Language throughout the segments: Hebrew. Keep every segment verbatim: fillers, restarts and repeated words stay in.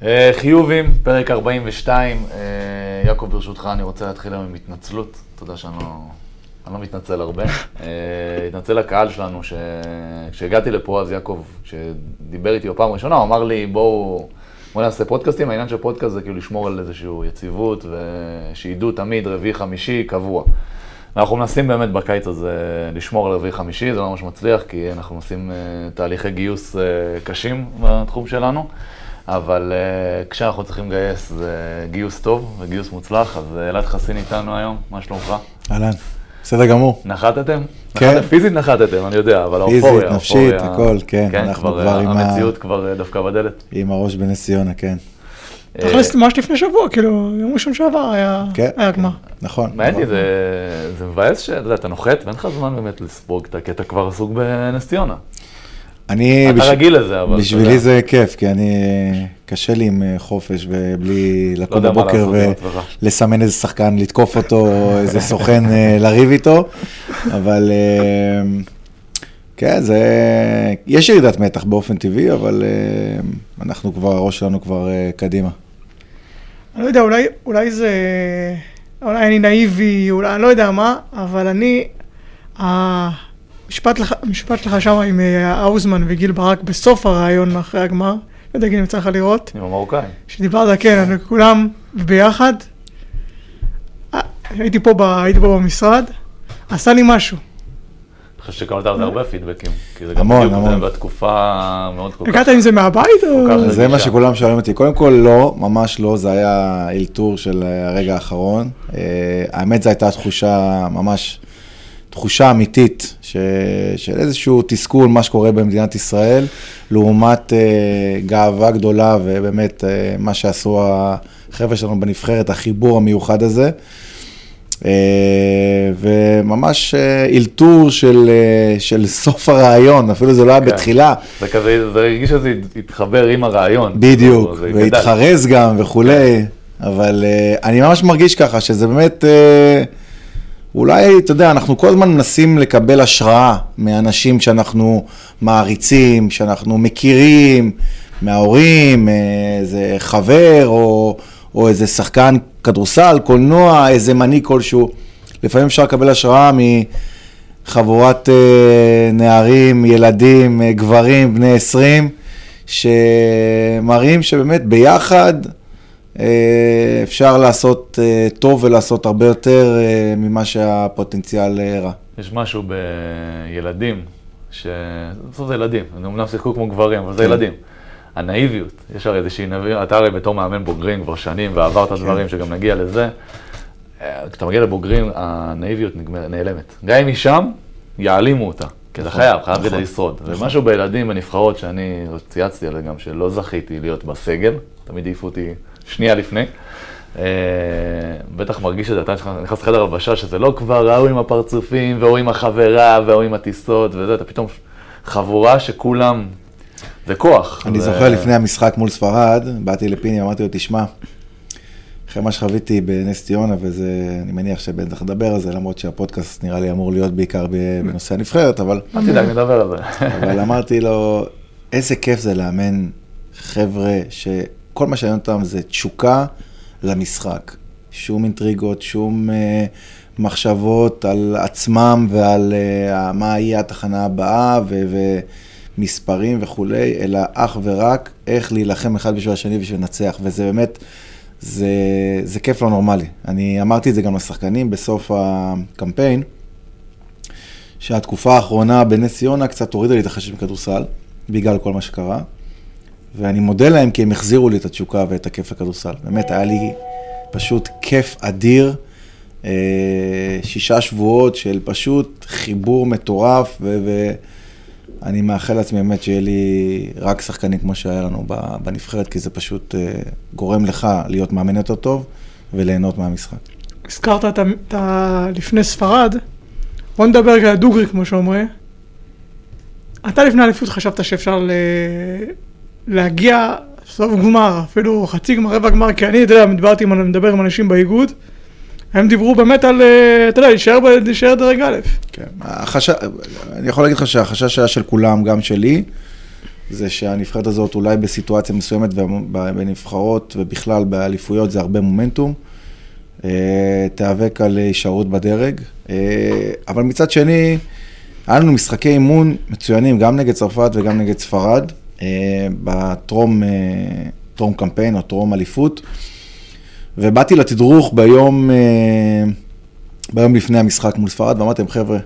חיובים, פרק ארבעים ושתיים. יעקב, ברשותך, אני רוצה להתחיל עם התנצלות. תודה שאני לא, אני לא מתנצל הרבה. התנצל לקהל שלנו, כשהגעתי לפה, אז יעקב, שדיבר איתי בפעם ראשונה, הוא אמר לי, בואו בוא נעשה פודקאסטים. העניין של פודקאסט זה כאילו לשמור על איזושהי יציבות, ושידעו תמיד רביעי חמישי קבוע. אנחנו מנסים באמת בקיץ הזה לשמור על רביעי חמישי, זה לא ממש מצליח, כי אנחנו עושים תהליכי גיוס קשים בתחום שלנו. אבל uh, כשאנחנו צריכים לגייס, זה גיוס טוב וגיוס מוצלח, אז אלעד חסין איתנו היום, מה שלומך? אהלן, בסדר גמור. נחתתם? כן. נחת, פיזית נחתתם, אני יודע, אבל האופוריה. פיזית, נפשית, הכל, כן. כן, אנחנו כבר, כבר עם המציאות ה... כבר דווקא בדלת. עם הראש בנס ציונה, כן. תכלס, ממש לפני שבוע, כאילו, יום ראשון שעבר היה, כן. היה גמר. נכון. מעניין לי, זה, זה מבאס שאתה יודע, אתה נוחת ואין לך זמן באמת לספוג, כי אתה כבר עסוק בנס ציונה. אני, אתה בש... רגיל לזה, אבל... בשבילי זה כיף, כי אני קשה לי עם חופש ובלי לקום לא בבוקר ולסמן איזה שחקן, לתקוף אותו, או איזה סוכן לריב איתו, אבל כן, זה... יש ירידת מתח באופן טבעי, אבל אנחנו כבר, הראש שלנו כבר קדימה. אני לא יודע, אולי, אולי זה... אולי אני נאיבי, אולי אני לא יודע מה, אבל אני... משפט לך, משפט לך שם עם האוזמן וגיל ברק בסוף הרעיון אחרי הגמר, לא יודע, גיל, נמצא לך לראות. עם המרוקאים. שדיברת, כן, כולם ביחד. הייתי פה, ב, הייתי פה במשרד, עשה לי משהו. אני חושב שקמת על זה הרבה פידבקים, כי זה גם המון, בדיוק המון. בתקופה מאוד כל כך... הגעת עם זה מהבית או... זה מה שכולם שואלים אותי. קודם כל לא, ממש לא, זה היה אילתור של הרגע האחרון. האמת, זו הייתה תחושה ממש... תחושה אמיתית ש... של איזשהו תסכול, מה שקורה במדינת ישראל, לעומת uh, גאווה גדולה, ובאמת uh, מה שעשו החבר'ה שלנו בנבחרת, החיבור המיוחד הזה, uh, וממש uh, אילתור של, uh, של סוף הרעיון, אפילו זה לא היה okay. בתחילה. זה כזה, זה הרגיש שזה התחבר עם הרעיון. בדיוק, והתחרז גם וכולי, okay. אבל uh, אני ממש מרגיש ככה, שזה באמת... Uh, אולי, אתה יודע, אנחנו כל הזמן מנסים לקבל השראה מאנשים שאנחנו מעריצים, שאנחנו מכירים, מההורים, איזה חבר או, או איזה שחקן כדורסל, קולנוע, איזה מנהיג כלשהו. לפעמים אפשר לקבל השראה מחבורת נערים, ילדים, גברים, בני עשרים, שמראים שבאמת ביחד, אפשר לעשות טוב ולעשות הרבה יותר ממה שהפוטנציאל הראה. יש משהו בילדים, בסוף זה ילדים, אני אומנם שיחקו כמו גברים, אבל זה ילדים. הנאיביות, יש הרי איזושהי נאיביות, אתה הרי בתור מאמן בוגרים כבר שנים ועברת דברים שגם נגיע לזה. כשאתה מגיע לבוגרים, הנאיביות נעלמת. גם אם היא שם, יעלימו אותה. כי אתה חייב, חייב כדי לשרוד. ומשהו בילדים בנבחרות שאני צייצתי עליהם גם, שלא זכיתי להיות בסגל, תמיד העיפו אותי שנייה לפני. בטח מרגיש שזה, אתה נכנס לחדר הלבשה, שזה לא כבר ראו עם הפרצופים, והוא עם החברה, והוא עם הטיסות, וזה, אתה פתאום חבורה שכולם, זה כוח. אני זוכר לפני המשחק מול ספרד, באתי לפיני, אמרתי לו, תשמע, אחרי מה שחוויתי בנס ציונה, וזה, אני מניח שבטח נדבר על זה, למרות שהפודקאסט נראה לי אמור להיות בעיקר בנושא הנבחרת, אבל... אל תדאג, נדבר על זה. אבל אמרתי לו, איזה כיף זה לאמן חבר'ה ש... כל מה שעניין אותם זה תשוקה למשחק. שום אינטריגות, שום uh, מחשבות על עצמם ועל uh, מה יהיה התחנה הבאה ו- ומספרים וכולי, אלא אך ורק איך להילחם אחד בשביל השני בשביל לנצח. וזה באמת, זה, זה כיף לא נורמלי. אני אמרתי את זה גם לשחקנים בסוף הקמפיין, שהתקופה האחרונה בנס ציונה קצת הורידה לי את החשש מכדורסל, בגלל כל מה שקרה. ואני מודה להם כי הם החזירו לי את התשוקה ואת הכיף לכדורסל. באמת, היה לי פשוט כיף אדיר, שישה שבועות של פשוט חיבור מטורף, ואני מאחל לעצמי באמת שיהיה לי רק שחקנים כמו שהיה לנו בנבחרת, כי זה פשוט גורם לך להיות מאמן יותר טוב וליהנות מהמשחק. הזכרת את ה... לפני ספרד, בוא נדבר על דוגרי כמו שאומרים. אתה לפני אליפות חשבת שאפשר ל... להגיע סוף גמר, אפילו חצי גמר, רבע גמר, כי אני, אתה יודע, מדברתי, מדבר עם אנשים באיגוד, הם דיברו באמת על, אתה יודע, להישאר דרג א'. כן, החשש, אני יכול להגיד לך שהחשש היה של כולם, גם שלי, זה שהנבחרת הזאת אולי בסיטואציה מסוימת בנבחרות ובכלל באליפויות זה הרבה מומנטום, תיאבק על הישארות בדרג, אבל מצד שני, היה לנו משחקי אימון מצוינים גם נגד צרפת וגם נגד ספרד, בטרום טרום קמפיין או טרום אליפות, ובאתי לתדרוך ביום, ביום לפני המשחק מול ספרד, ואמרתם, חבר'ה,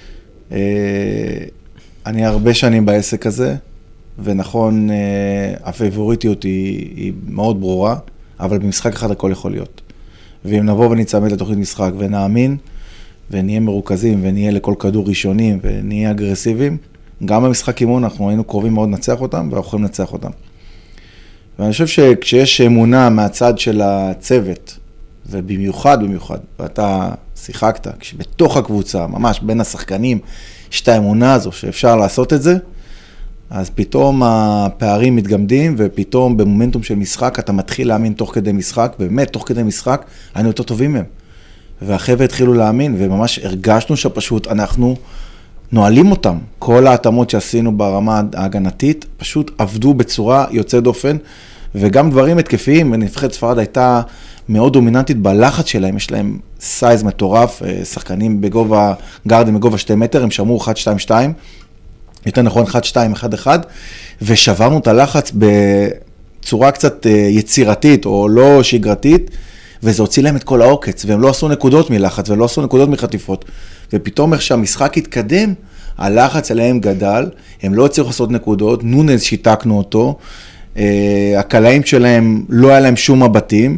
אני הרבה שנים בעסק הזה, ונכון, הפייבוריטיות היא, היא מאוד ברורה, אבל במשחק אחד הכל יכול להיות. ואם נבוא ונצמד לתוכנית משחק ונאמין, ונהיה מרוכזים, ונהיה לכל כדור ראשונים, ונהיה אגרסיביים, גם במשחק אימון אנחנו היינו קרובים מאוד לנצח אותם, ואנחנו יכולים לנצח אותם. ואני חושב שכשיש אמונה מהצד של הצוות, ובמיוחד, במיוחד, ואתה שיחקת, כשבתוך הקבוצה, ממש בין השחקנים, יש את האמונה הזו שאפשר לעשות את זה, אז פתאום הפערים מתגמדים, ופתאום במומנטום של משחק, אתה מתחיל להאמין תוך כדי משחק, ובאמת תוך כדי משחק, היינו יותר טובים מהם. והחבר'ה התחילו להאמין, וממש הרגשנו שפשוט אנחנו נועלים אותם. כל ההתאמות שעשינו ברמה ההגנתית, פשוט עבדו בצורה יוצאת דופן, וגם דברים התקפיים, נבחרת ספרד הייתה מאוד דומיננטית בלחץ שלהם, יש להם סייז מטורף, שחקנים בגובה, גארדים בגובה שתי מטר, הם שמרו אחת שתיים שתיים, יותר נכון אחת שתיים אחת אחת, ושברנו את הלחץ בצורה קצת יצירתית או לא שגרתית, וזה הוציא להם את כל העוקץ, והם לא עשו נקודות מלחץ, ולא עשו נקודות מחטיפות, ופתאום איך שהמשחק התקדם, הלחץ עליהם גדל, הם לא הצליחו לעשות נקודות, נונז שיתקנו אותו, הקלעים שלהם לא היה להם שום מבטים,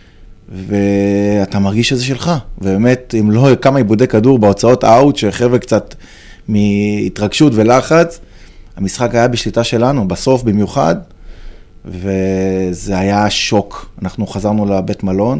ואתה מרגיש שזה שלך, ובאמת, אם לא כמה עיבודי כדור בהוצאות האוט, שחבר'ה קצת מהתרגשות ולחץ, המשחק היה בשליטה שלנו, בסוף במיוחד, וזה היה שוק. אנחנו חזרנו לבית מלון,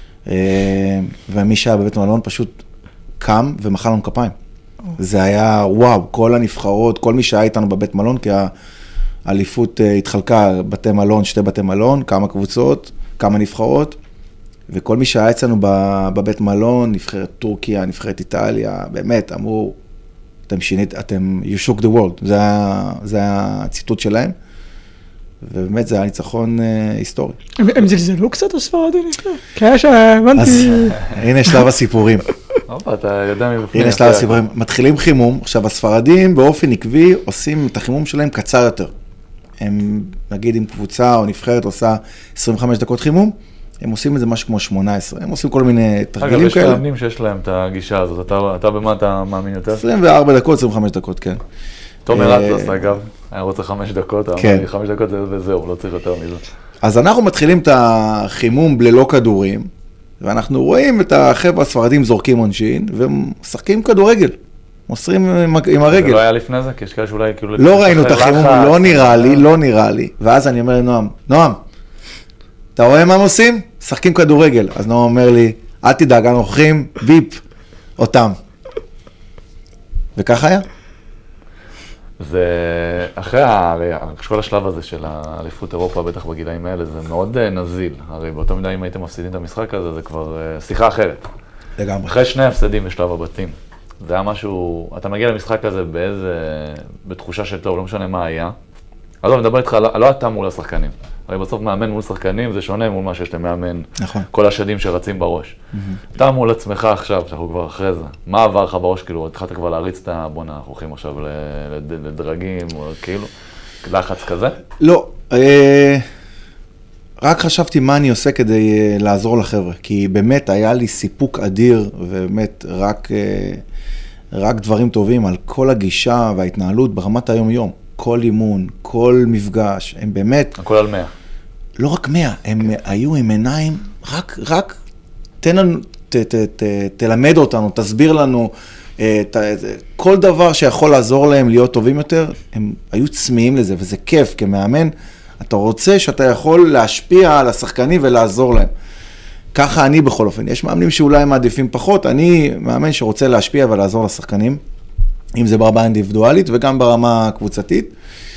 ומי שהיה בבית מלון פשוט קם ומחא לנו כפיים. זה היה וואו, כל הנבחרות, כל מי שהיה איתנו בבית מלון, כי האליפות התחלקה בתי מלון, שתי בתי מלון, כמה קבוצות, כמה נבחרות, וכל מי שהיה אצלנו בבית מלון, נבחרת טורקיה, נבחרת איטליה, באמת אמרו, אתם שינית, אתם, you shook the world, זה היה, זה היה הציטוט שלהם, ובאמת זה היה ניצחון היסטורי. הם זלזלו קצת הספרדים? כי היה שהבנתי... אז הנה שלב הסיפורים. אתה יודע מבפנים. הנה שלב הסיפורים. מתחילים חימום, עכשיו הספרדים באופן עקבי עושים את החימום שלהם קצר יותר. הם, נגיד עם קבוצה או נבחרת עושה עשרים וחמש דקות חימום, הם עושים את זה משהו כמו שמונה עשרה, הם עושים כל מיני תרגילים כאלה. אגב, יש מאמנים שיש להם את הגישה הזאת, אתה, אתה במה אתה מאמין יותר? עשרים וארבע דקות, עשרים וחמש דקות, כן. תומר אטלס, אגב, היה רוצה חמש דקות, אמר לי חמש דקות וזהו, לא צריך יותר מזה. אז אנחנו מתחילים את החימום ללא כדורים, ואנחנו רואים את החבר'ה הספרדים זורקים עונשין, ומשחקים כדורגל, מוסרים עם הרגל. זה לא היה לפני זה? כי יש כאלה שאולי כאילו... לא ראינו את החימום, לא נראה לי, לא נראה לי. ואז אני אומר לנועם, נועם, אתה רואה מה הם עושים? משחקים כדורגל. אז נועם אומר לי, אל תדאג, אנחנו הולכים ויפ אותם. וכך היה. זה אחרי, הרי, כל השלב הזה של האליפות אירופה, בטח בגילאים האלה, זה מאוד נזיל. הרי באותו מידה, אם הייתם מפסידים את המשחק הזה, זה כבר שיחה אחרת. לגמרי. אחרי שני הפסדים בשלב הבתים. זה היה משהו, אתה מגיע למשחק הזה באיזה, בתחושה של טוב, לא משנה מה היה. אז אני מדבר איתך, לא אתה מול השחקנים. הרי בסוף מאמן מול שחקנים זה שונה מול מה שיש למאמן. נכון. כל השדים שרצים בראש. אתה מול עצמך עכשיו, שאנחנו כבר אחרי זה. מה עבר לך בראש? כאילו, התחלת כבר להריץ את הבונה, אנחנו הולכים עכשיו לדרגים, או כאילו, לחץ כזה? לא. רק חשבתי מה אני עושה כדי לעזור לחבר'ה. כי באמת היה לי סיפוק אדיר, ובאמת רק, רק דברים טובים על כל הגישה וההתנהלות ברמת היום-יום. כל אימון, כל מפגש, הם באמת... הכל על מאה. לא רק מאה, הם היו עם עיניים, רק, רק תן לנו, ת, ת, ת, תלמד אותנו, תסביר לנו, ת, כל דבר שיכול לעזור להם להיות טובים יותר, הם היו צמאים לזה, וזה כיף כמאמן, אתה רוצה שאתה יכול להשפיע על השחקנים ולעזור להם. ככה אני בכל אופן, יש מאמנים שאולי מעדיפים פחות, אני מאמן שרוצה להשפיע ולעזור לשחקנים, אם זה ברמה אינדיבידואלית וגם ברמה הקבוצתית.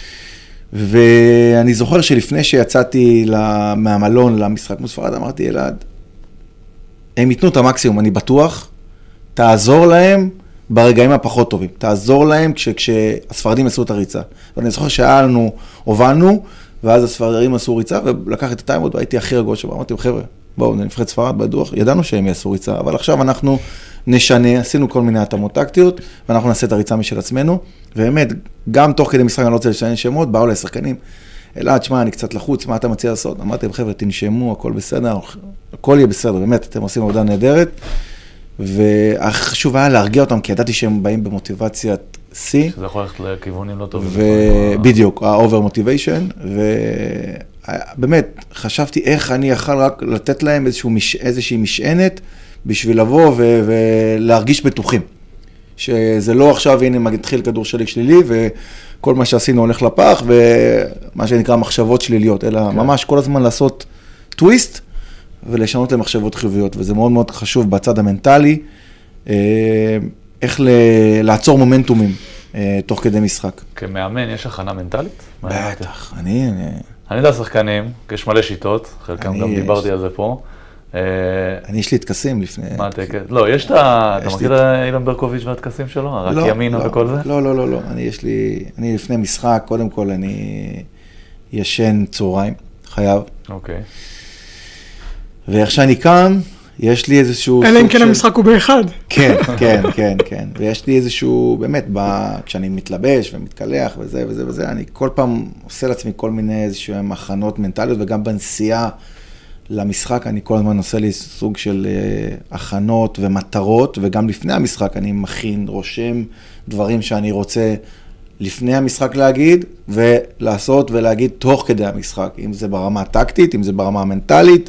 ואני זוכר שלפני שיצאתי מהמלון למשחק מול ספרד, אמרתי אלעד, הם ייתנו את המקסימום, אני בטוח, תעזור להם ברגעים הפחות טובים. תעזור להם כש, כשהספרדים עשו את הריצה. ואני זוכר שהיה לנו, הובלנו, ואז הספרדים עשו ריצה, ולקח את הטיימות, והייתי הכי רגוע שבא. אמרתי, חבר'ה, בואו, נבחרת ספרד בדוח, ידענו שהם יעשו ריצה, אבל עכשיו אנחנו נשנה, עשינו כל מיני התאמות טקטיות, ואנחנו נעשה את הריצה משל עצמנו, ובאמת, גם תוך כדי משחק, אני לא רוצה לשנה שמות, באו לשחקנים, אלא, תשמע, אני קצת לחוץ, מה אתה מציע לעשות? אמרתי, חבר'ה, תנשמו, הכל בסדר, הכל יהיה בסדר, באמת, אתם עושים עבודה נהדרת, והחשוב היה להרגיע אותם, כי ידעתי שהם באים במוטיבציית C. שזה יכול ללכת לכיוונים לא טובים. ובדיוק, ה-over motivation, ובאמת, חשבתי איך אני יכול רק לתת להם איזושהי משענת, בשביל לבוא ולהרגיש בטוחים. שזה לא עכשיו, הנה, מתחיל כדור שלי שלילי, וכל מה שעשינו הולך לפח, ומה שנקרא מחשבות שליליות, אלא ממש כל הזמן לעשות טוויסט, ולשנות למחשבות חיוביות, וזה מאוד מאוד חשוב בצד המנטלי, איך לעצור מומנטומים תוך כדי משחק. כמאמן, יש הכנה מנטלית? בטח, אני... אני יודע שחקנים, יש מלא שיטות, חלקם גם דיברתי על זה פה. אני, יש לי תקסים לפני... מה הטקס? לא, יש את ה... אתה מכיר את אילן ברקוביץ' והטקסים שלו? רק ימינו וכל זה? לא, לא, לא, לא. אני יש לי... אני לפני משחק, קודם כל אני ישן צהריים, חייב. אוקיי. ואיך שאני קם, יש לי איזשהו... אלא אם כן המשחק הוא באחד. כן, כן, כן, כן. ויש לי איזשהו, באמת, כשאני מתלבש ומתקלח וזה וזה וזה, אני כל פעם עושה לעצמי כל מיני איזשהו מחנות מנטליות, וגם בנסיעה למשחק אני כל הזמן עושה לי סוג של הכנות ומטרות, וגם לפני המשחק אני מכין, רושם דברים שאני רוצה לפני המשחק להגיד, ולעשות ולהגיד תוך כדי המשחק, אם זה ברמה הטקטית, אם זה ברמה המנטלית.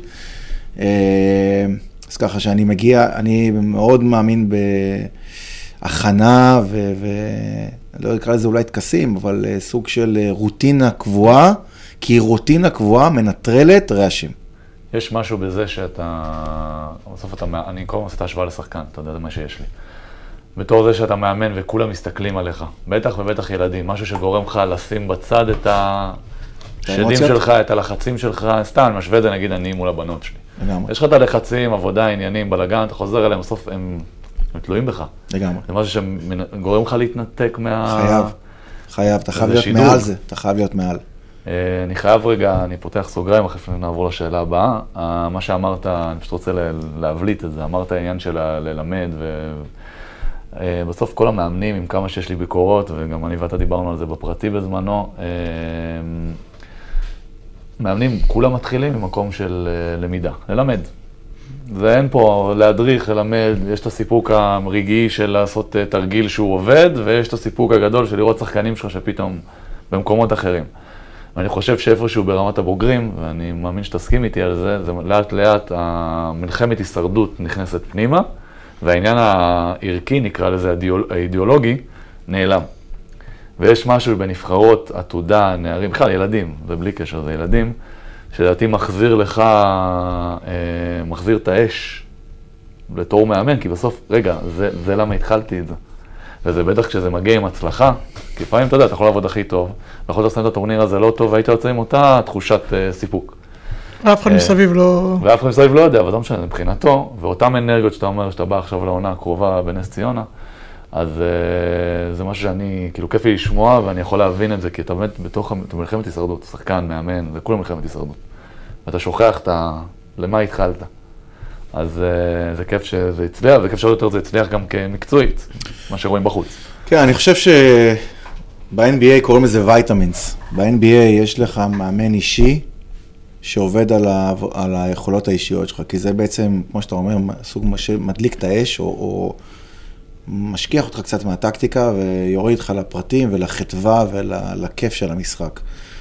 אז ככה שאני מגיע, אני מאוד מאמין בהכנה, ולא אקרא לזה אולי תקסים, אבל סוג של רוטינה קבועה, כי רוטינה קבועה מנטרלת רעשים. יש משהו בזה שאתה, בסוף אתה, אני כל הזמן עושה את ההשוואה לשחקן, אתה יודע, זה מה שיש לי. בתור זה שאתה מאמן וכולם מסתכלים עליך, בטח ובטח ילדים, משהו שגורם לך לשים בצד את השדים שלך, את הלחצים שלך, סתם, משווה את זה נגיד אני מול הבנות שלי. לגמרי. יש לך את הלחצים, עבודה, עניינים, בלגן, אתה חוזר אליהם, בסוף הם תלויים בך. לגמרי. זה משהו שגורם לך להתנתק מה... חייב, חייב, אתה חייב להיות מעל זה, אתה חייב להיות מעל. אני חייב רגע, אני פותח סוגריים, אחרי נעבור לשאלה הבאה. מה שאמרת, אני פשוט רוצה להבליט את זה, אמרת העניין של ללמד, ובסוף כל המאמנים, עם כמה שיש לי ביקורות, וגם אני ואתה דיברנו על זה בפרטי בזמנו, מאמנים, כולם מתחילים ממקום של למידה, ללמד. ואין פה להדריך, ללמד, יש את הסיפוק הרגעי של לעשות תרגיל שהוא עובד, ויש את הסיפוק הגדול של לראות שחקנים שלך שפתאום במקומות אחרים. ואני חושב שאיפשהו ברמת הבוגרים, ואני מאמין שתסכים איתי על זה, זה לאט לאט המלחמת הישרדות נכנסת פנימה, והעניין הערכי, נקרא לזה האידיאולוגי, נעלם. ויש משהו בנבחרות, עתודה, נערים, בכלל ילדים, ובלי קשר זה ילדים, שלדעתי מחזיר לך, מחזיר את האש לתור מאמן, כי בסוף, רגע, זה, זה למה התחלתי את זה. וזה בטח כשזה מגיע עם הצלחה, כי לפעמים אתה יודע, אתה יכול לעבוד הכי טוב, ויכול לסיים את הטורניר הזה לא טוב, והיית יוצא עם אותה תחושת סיפוק. ואף אחד מסביב לא... ואף אחד מסביב לא יודע, אבל לא משנה, מבחינתו, ואותם אנרגיות שאתה אומר, שאתה בא עכשיו לעונה הקרובה בנס ציונה, אז זה משהו שאני, כאילו, כיף לי לשמוע, ואני יכול להבין את זה, כי אתה באמת בתוך מלחמת הישרדות, שחקן, מאמן, זה כולה מלחמת הישרדות. ואתה שוכח את ה... למה התחלת. אז זה כיף שזה הצליח, וכיף שעוד יותר זה הצליח גם כמקצועית, מה שרואים בחוץ. כן, אני חושב שב-אן בי איי קוראים לזה ויטמינס. ב-אן בי איי יש לך מאמן אישי שעובד על, ה... על היכולות האישיות שלך, כי זה בעצם, כמו שאתה אומר, סוג שמדליק את האש, או, או משכיח אותך קצת מהטקטיקה, ויוריד אותך לפרטים ולחטבה ולכיף של המשחק.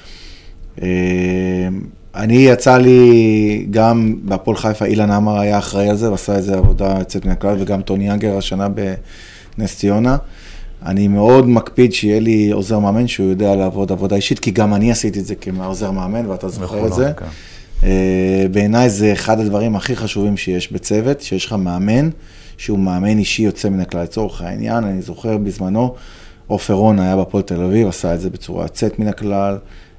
אני יצא לי, גם בהפועל חיפה, אילן עמר היה אחראי על זה, ועשה את זה עבודה יוצאת מן הכלל, וגם טוני יאנגר השנה בנס ציונה. אני מאוד מקפיד שיהיה לי עוזר מאמן, שהוא יודע לעבוד עבודה אישית, כי גם אני עשיתי את זה כעוזר מאמן, ואתה זוכר את זה. בעיניי זה אחד הדברים הכי חשובים שיש בצוות, שיש לך מאמן, שהוא מאמן אישי יוצא מן הכלל. לצורך העניין, אני זוכר בזמנו, עופר רון היה בהפועל תל אביב, עשה את זה בצורה יוצאת מן הכלל.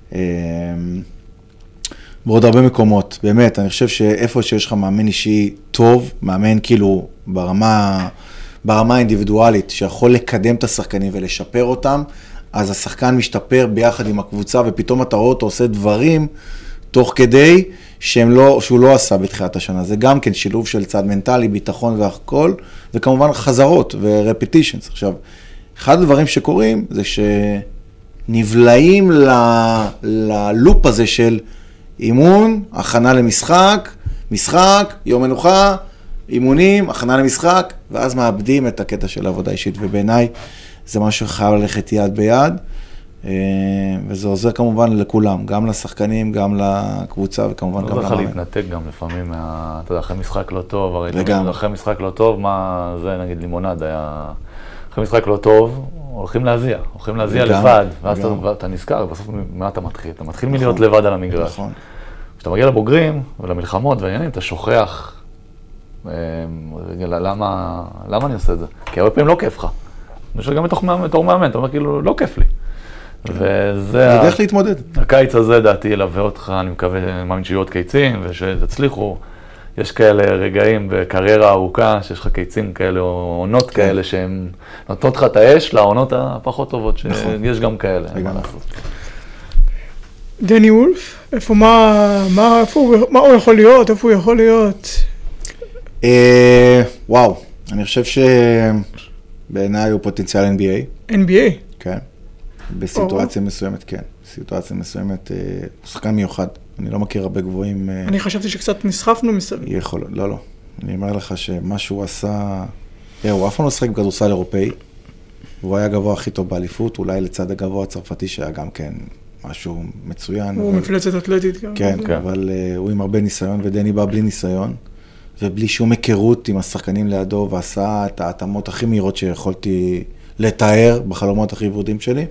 בעוד הרבה מקומות, באמת, אני חושב שאיפה שיש לך מאמן אישי טוב, מאמן כאילו ברמה ברמה האינדיבידואלית, שיכול לקדם את השחקנים ולשפר אותם, אז השחקן משתפר ביחד עם הקבוצה, ופתאום אתה רואה אותו עושה דברים, תוך כדי שהם לא, שהוא לא עשה בתחילת השנה. זה גם כן שילוב של צד מנטלי, ביטחון והכל, וכמובן חזרות ורפיטישנס. עכשיו, אחד הדברים שקורים זה שנבלעים ל, ללופ הזה של אימון, הכנה למשחק, משחק, יום מנוחה, אימונים, הכנה למשחק, ואז מאבדים את הקטע של העבודה אישית, ובעיניי זה משהו שחייב ללכת יד ביד, וזה עוזר כמובן לכולם, גם לשחקנים, גם לקבוצה, וכמובן גם למאמן. לא צריך להתנתק גם לפעמים, מה, אתה יודע, אחרי משחק לא טוב, הרי אחרי משחק לא טוב, מה זה נגיד לימונד היה, אחרי משחק לא טוב, הולכים להזיע, הולכים להזיע לבד, ואז אתה נזכר, בסוף מה אתה מתחיל? אתה מתחיל מלהיות לבד על המגרש. נכון. כשאתה מגיע לבוגרים ולמלחמות והעניינים, אתה שוכח, למה אני עושה את זה? כי הרבה פעמים לא כיף לך. אני חושב גם בתור מאמן, אתה אומר כאילו, לא כיף לי. וזה... הדרך להתמודד. הקיץ הזה, דעתי, ילווה אותך, אני מקווה, מאמין שיהיו עוד קיצים, ושתצליחו. יש כאלה רגעים בקריירה ארוכה, שיש לך קיצים כאלה, או עונות כאלה, שהן נותנות לך את האש לעונות הפחות טובות, שיש גם כאלה. דני וולף, איפה, מה, מה, איפה, מה הוא יכול להיות, איפה הוא יכול להיות? וואו, אני חושב שבעיניי הוא פוטנציאל אן בי איי. אן בי איי? כן. בסיטואציה מסוימת, כן. בסיטואציה מסוימת, הוא שחקן מיוחד. אני לא מכיר הרבה גבוהים. אני חשבתי שקצת נסחפנו מסביב. יכול, לא, לא. אני אומר לך שמה שהוא עשה... הוא אף פעם לא שחק בכדורסל אירופאי, והוא היה הגבוה הכי טוב באליפות, אולי לצד הגבוה הצרפתי שהיה גם כן משהו מצוין. הוא מפלצת אתלטית גם. כן, אבל הוא עם הרבה ניסיון, ודני בא בלי ניסיון, ובלי שום היכרות עם השחקנים לידו, ועשה את ההתאמות הכי מהירות שיכולתי לתאר בחלומות הכי ורודים שלי.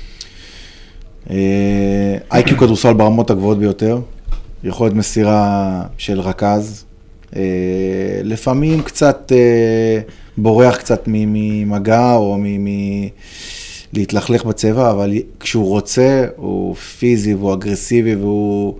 איי קיו כדורסל ברמות הגבוהות ביותר, יכולת מסירה של רכז, לפעמים קצת בורח קצת ממגע או להתלכלך בצבע, אבל כשהוא רוצה הוא פיזי והוא אגרסיבי והוא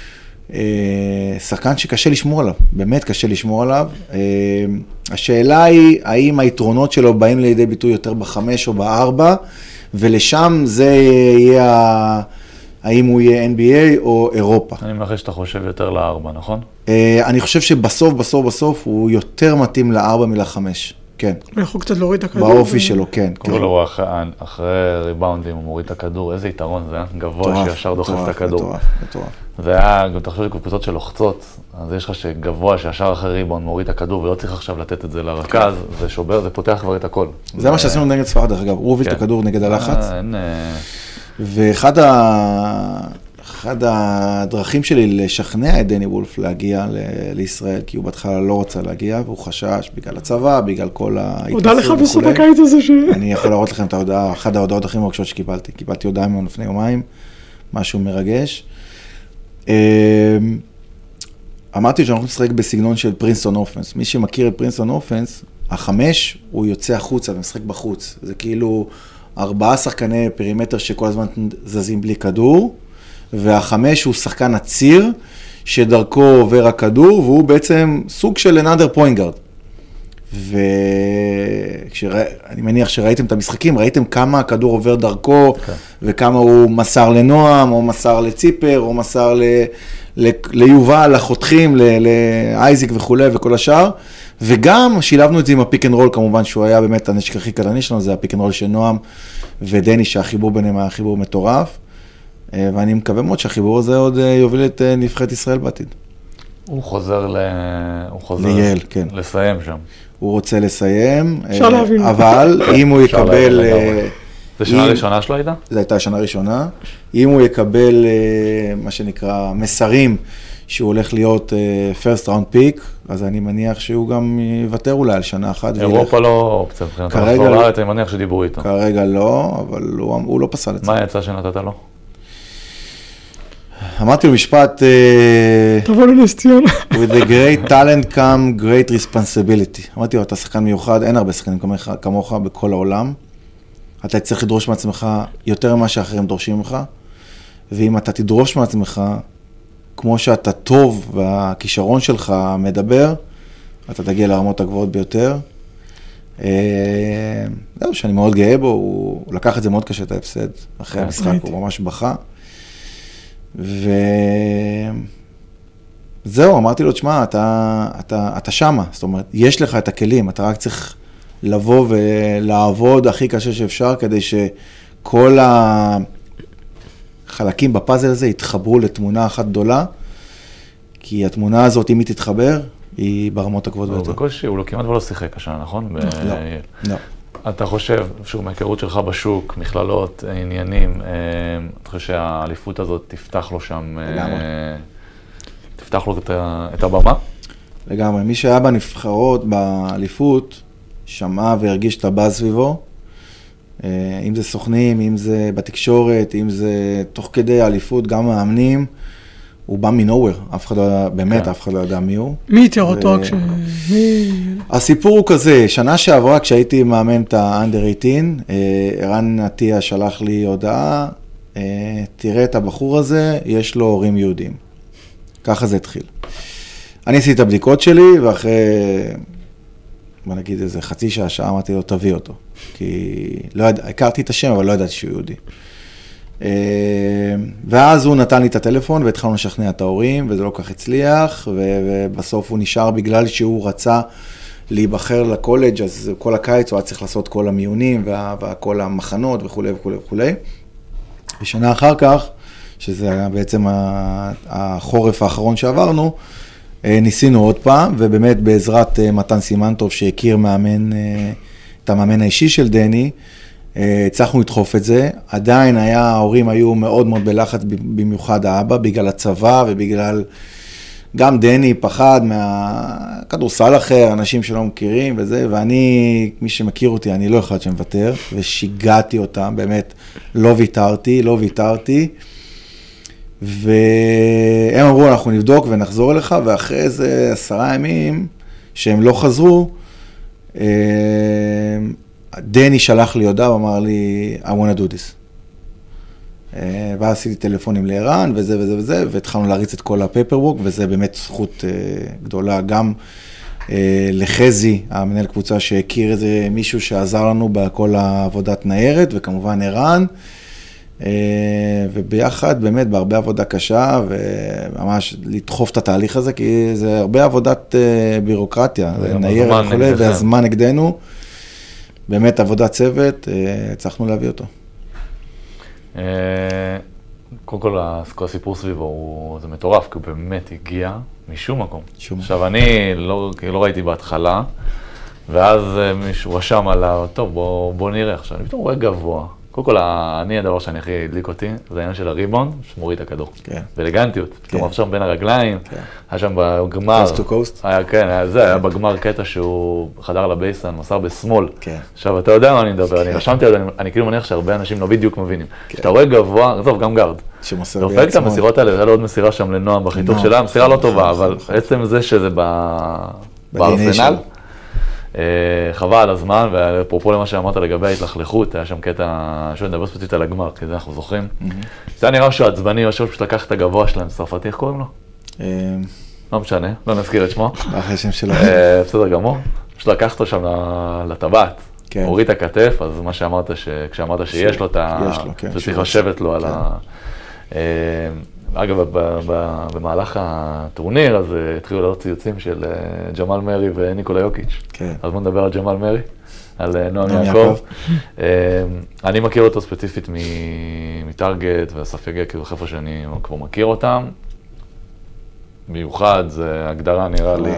שחקן שקשה לשמור עליו, באמת קשה לשמור עליו. השאלה היא האם היתרונות שלו באים לידי ביטוי יותר בחמש או בארבע, ולשם זה יהיה, האם הוא יהיה אן בי איי או אירופה. אני מנחש שאתה חושב יותר לארבע, נכון? אני חושב שבסוף, בסוף, בסוף הוא יותר מתאים לארבע מלחמש, כן. הוא יכול קצת להוריד את הכדור. באופי שלו, כן. כאילו אחרי ריבאונדים הוא מוריד את הכדור, איזה יתרון זה, גבוה שישר דוחף את הכדור. מטורף, מטורף. זה היה, גם תחשוב שקבוצות שלוחצות, אז יש לך שגבוה שישר אחרי ריבאונד מוריד את הכדור, ולא צריך עכשיו לתת את זה לרכז, זה שובר, זה פותח כבר את הכל. זה מה שעשינו נגד ספרד, דרך אגב, הוא הוביל את הכדור נגד הלחץ. ואחד הדרכים שלי לשכנע את דני וולף להגיע לישראל, כי הוא בהתחלה לא רוצה להגיע, והוא חשש בגלל הצבא, בגלל כל ההתנסות. הודעה לך בסוף הקיץ הזה ש... אני יכול להראות לכם את ההודעה, אחת ההודעות הכי מרגשות שקיבלתי. קיבלתי הודעה ממנו לפני יומיים, משהו מרגש. אמרתי שאנחנו נשחק בסגנון של פרינסטון אופנס. מי שמכיר את פרינסטון אופנס, החמש הוא יוצא החוצה ומשחק בחוץ. זה כאילו ארבעה שחקני פרימטר שכל הזמן זזים בלי כדור, והחמש הוא שחקן עציר שדרכו עובר הכדור, והוא בעצם סוג של another point guard. ואני מניח שראיתם את המשחקים, ראיתם כמה הכדור עובר דרכו, okay. וכמה הוא מסר לנועם, או מסר לציפר, או מסר ל... ל... ליובל, לחותכים, ל... לאייזיק וכו' וכל השאר, וגם שילבנו את זה עם הפיק אנד רול, כמובן שהוא היה באמת הנשק הכי קטני שלנו, זה הפיק אנד רול של נועם ודני, שהחיבור ביניהם היה חיבור מטורף, ואני מקווה מאוד שהחיבור הזה עוד יוביל את נבחרת ישראל בעתיד. הוא חוזר ל... הוא חוזר ליל, כן. לסיים שם. הוא רוצה לסיים, להבין. אבל אם הוא יקבל... זה שנה ראשונה שלו הייתה? זו הייתה שנה ראשונה. אם הוא יקבל, מה שנקרא, מסרים, שהוא הולך להיות first round pick, אז אני מניח שהוא גם יוותר אולי על שנה אחת. אירופה לא אופציה, כרגע לא, אני מניח שדיברו איתו. כרגע לא, אבל הוא לא פסל את זה. מה יצא שנתת לו? אמרתי לו משפט, תבוא לנס ציונה. with a great talent come great responsibility. אמרתי לו, אתה שחקן מיוחד, אין הרבה שחקנים כמוך בכל העולם. אתה צריך לדרוש מעצמך יותר ממה שאחרים דורשים ממך, ואם אתה תדרוש מעצמך, כמו שאתה טוב והכישרון שלך מדבר, אתה תגיע לרמות הגבוהות ביותר. זהו, שאני מאוד גאה בו, הוא לקח את זה מאוד קשה, את ההפסד, אחרי המשחק, הוא ממש בכה. וזהו, אמרתי לו, תשמע, אתה, אתה, אתה שמה, זאת אומרת, יש לך את הכלים, אתה רק צריך לבוא ולעבוד הכי קשה שאפשר, כדי שכל החלקים בפאזל הזה יתחברו לתמונה אחת גדולה, כי התמונה הזאת, אם היא תתחבר, היא ברמות הגבוהות ביותר. בקושי, הוא כמעט ולא שיחק השנה, נכון? לא, לא. אתה חושב, שוב, מהיכרות שלך בשוק, מכללות, עניינים, אתה חושב שהאליפות הזאת תפתח לו שם, תפתח לו את הבמה? לגמרי. מי שהיה בנבחרות, באליפות, שמע והרגיש את הבאז סביבו, אם זה סוכנים, אם זה בתקשורת, אם זה תוך כדי האליפות, גם מאמנים, הוא בא מנוהוור, אף אחד לא יודע, באמת אף אחד לא יודע מי הוא. מי איתר אותו? הסיפור הוא כזה, שנה שעברה כשהייתי מאמן את ה-אנדר שמונה עשרה, ערן עטיה שלח לי הודעה, תראה את הבחור הזה, יש לו הורים יהודים. ככה זה התחיל. אני עשיתי את הבדיקות שלי, ואחרי, בוא נגיד איזה חצי שעה, שעה אמרתי לו, תביא אותו. כי לא ידע, הכרתי את השם, אבל לא ידעתי שהוא יהודי. ואז הוא נתן לי את הטלפון, והתחלנו לשכנע את ההורים, וזה לא כך הצליח, ובסוף הוא נשאר בגלל שהוא רצה להיבחר לקולג', אז כל הקיץ הוא היה צריך לעשות כל המיונים, וכל המחנות וכו' וכו' וכו'. ושנה אחר כך, שזה היה בעצם החורף האחרון שעברנו, ניסינו עוד פעם, ובאמת בעזרת מתן סימנטוב שהכיר מאמן, את המאמן האישי של דני, הצלחנו לדחוף את זה. עדיין היה, ההורים היו מאוד מאוד בלחץ, במיוחד האבא, בגלל הצבא ובגלל, גם דני פחד מהכדורסל אחר, אנשים שלא מכירים וזה, ואני, מי שמכיר אותי, אני לא אחד שמוותר, ושיגעתי אותם, באמת, לא ויתרתי, לא ויתרתי, והם אמרו, אנחנו נבדוק ונחזור אליך, ואחרי איזה עשרה ימים שהם לא חזרו, דני שלח לי הודעה, אמר לי, I want to do this. ואז עשיתי טלפונים לערן, וזה וזה וזה, והתחלנו להריץ את כל הפייפרווק, וזה באמת זכות גדולה, גם לחזי, המנהל קבוצה שהכיר איזה מישהו שעזר לנו בכל העבודת ניירת, וכמובן ערן, וביחד באמת בהרבה עבודה קשה, וממש לדחוף את התהליך הזה, כי זה הרבה עבודת בירוקרטיה, ניירת וכו', והזמן נגדנו, באמת עבודת צוות, הצלחנו להביא אותו. קודם כל, הסיפור סביבו, זה מטורף, כי הוא באמת הגיע משום מקום. עכשיו, אני לא ראיתי בהתחלה, ואז מישהו רשם עליו, טוב, בוא נראה עכשיו, אני פתאום רואה גבוה. קודם כל, אני, הדבר שאני הכי הדליק אותי, זה העניין של הריבאונד, שמוריד את הכדור. ואלגנטיות. כלומר, שם בין הרגליים, היה שם בגמר. Coast to coast. היה, כן, זה היה בגמר קטע שהוא חדר לבייסן, מסר בשמאל. עכשיו, אתה יודע מה אני מדבר, אני רשמתי, אני כאילו מניח שהרבה אנשים לא בדיוק מבינים. כשאתה רואה גבוה, עזוב, גם גארד. דופק את המסירות האלה, זה לא עוד מסירה שם לנועם בחיתוך שלה, מסירה לא טובה, אבל עצם זה שזה בארסנל, חבל על הזמן, ואפרופו למה שאמרת לגבי ההתלכלכות, היה שם קטע, שאני מדבר ספציפית על הגמר, כי זה אנחנו זוכרים. זה היה נראה שהוא עצבני, או שהוא פשוט לקח את הגבוה שלהם, צרפתי, איך קוראים לו? לא משנה, לא נזכיר את שמו. אחרי שם שלו. בסדר גמור. פשוט לקח אותו שם לטבעת, הוריד את הכתף, אז מה שאמרת, כשאמרת שיש לו את ה... שצריך לשבת לו על ה... אגב, במהלך הטורניר, אז התחילו לעלות ציוצים של ג'מאל מרי וניקולה יוקיץ'. אז בוא נדבר על ג'מאל מרי, על נועם יעקב. אני מכיר אותו ספציפית מטארגט ואסף יגע, כאילו חבר'ה שאני כבר מכיר אותם. מיוחד, זה הגדרה נראה לי...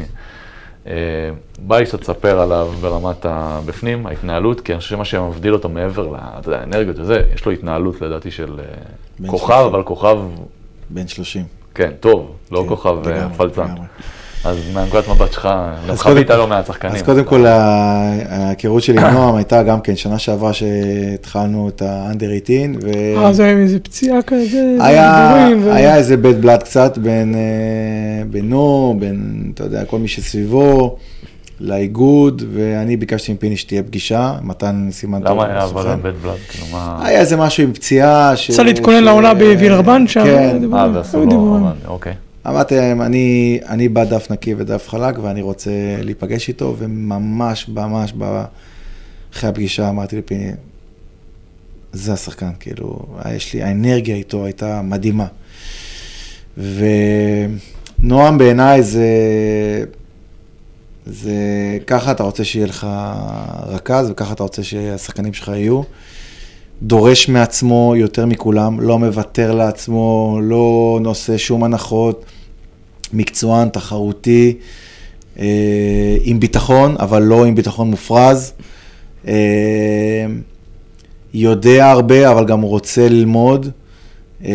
בא לי שתספר עליו ברמת הבפנים, ההתנהלות, כי אני חושב שמה שמבדיל אותו מעבר לאנרגיות וזה, יש לו התנהלות לדעתי של כוכב, אבל כוכב... בן שלושים. כן, טוב, לא כוכב פלצן. אז מהנקודת מבט שלך, חווית לא מהצחקנים. אז קודם כל, ההיכרות שלי עם נועם הייתה גם כן, שנה שעברה שהתחלנו את האנדר שמונה עשרה. אה, זה היה איזה פציעה כזה, היה איזה בית בלד קצת בינו, בין, אתה יודע, כל מי שסביבו, לאיגוד, ואני ביקשתי עם פיני שתהיה פגישה, מתן סימנטוב. למה היה אבל בית בלד? כאילו מה... היה איזה משהו עם פציעה. צריך להתכונן לעונה בווילרבן שם. כן. אה, ועשו לו, אוקיי. אמרתי להם, אני, אני בא דף נקי ודף חלק, ואני רוצה להיפגש איתו, וממש, ממש, אחרי הפגישה אמרתי לפיני, זה השחקן, כאילו, יש לי, האנרגיה איתו הייתה מדהימה. ונועם בעיניי זה, זה, ככה אתה רוצה שיהיה לך רכז, וככה אתה רוצה שהשחקנים שלך יהיו. דורש מעצמו יותר מכולם, לא מוותר לעצמו, לא נושא שום הנחות, מקצוען, תחרותי, אה, עם ביטחון, אבל לא עם ביטחון מופרז. אה, יודע הרבה, אבל גם רוצה ללמוד. אה,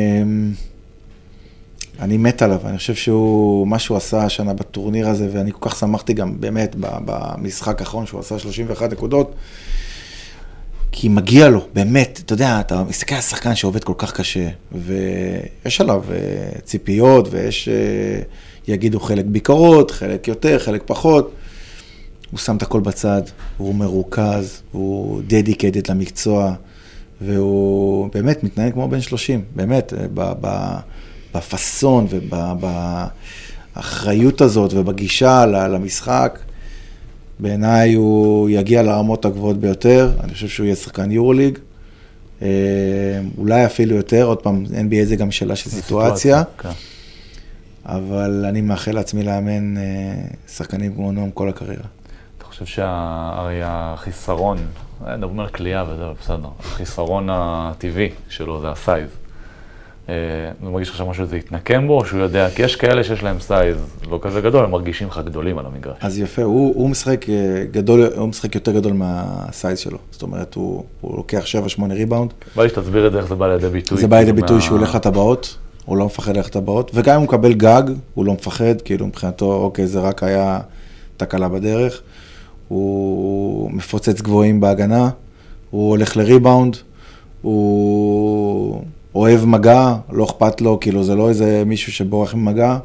אני מת עליו, אני חושב שהוא, מה שהוא עשה השנה בטורניר הזה, ואני כל כך שמחתי גם באמת במשחק האחרון שהוא עשה שלושים ואחת נקודות, כי מגיע לו, באמת, אתה יודע, אתה מסתכל על שחקן שעובד כל כך קשה, ויש עליו ציפיות, ויש, יגידו חלק ביקורות, חלק יותר, חלק פחות. הוא שם את הכל בצד, הוא מרוכז, הוא dedicated למקצוע, והוא באמת מתנהג כמו בן שלושים, באמת, בפסון ובאחריות הזאת ובגישה למשחק. בעיניי הוא יגיע לרמות הגבוהות ביותר, אני חושב שהוא יהיה שחקן יורוליג, אולי אפילו יותר, עוד פעם, אן בי איי זה גם שאלה של סיטואציה, אבל אני מאחל לעצמי לאמן שחקנים כמו נועם כל הקריירה. אתה חושב שהרי החיסרון, אני אומר קליעה וזה בסדר, החיסרון הטבעי שלו זה הסייז. אני מרגיש עכשיו משהו שזה יתנקם בו, או שהוא יודע, כי יש כאלה שיש להם סייז לא כזה גדול, הם מרגישים לך גדולים על המגרש. אז יפה, הוא, הוא משחק גדול, הוא משחק יותר גדול מהסייז שלו. זאת אומרת, הוא, הוא לוקח שבע שמונה ריבאונד. בא לי שתסביר את זה, איך זה בא לידי ביטוי. זה בא לידי ביטוי שהוא הולך לטבעות, הוא לא מפחד ללכת לטבעות, וגם אם הוא מקבל גג, הוא לא מפחד, כאילו מבחינתו, אוקיי, זה רק היה תקלה בדרך. הוא מפוצץ גבוהים בהגנה, הוא הולך לריבאונד, הוא אוהב מגע, לא אכפת לו, כאילו זה לא איזה מישהו שבורח עם מגע.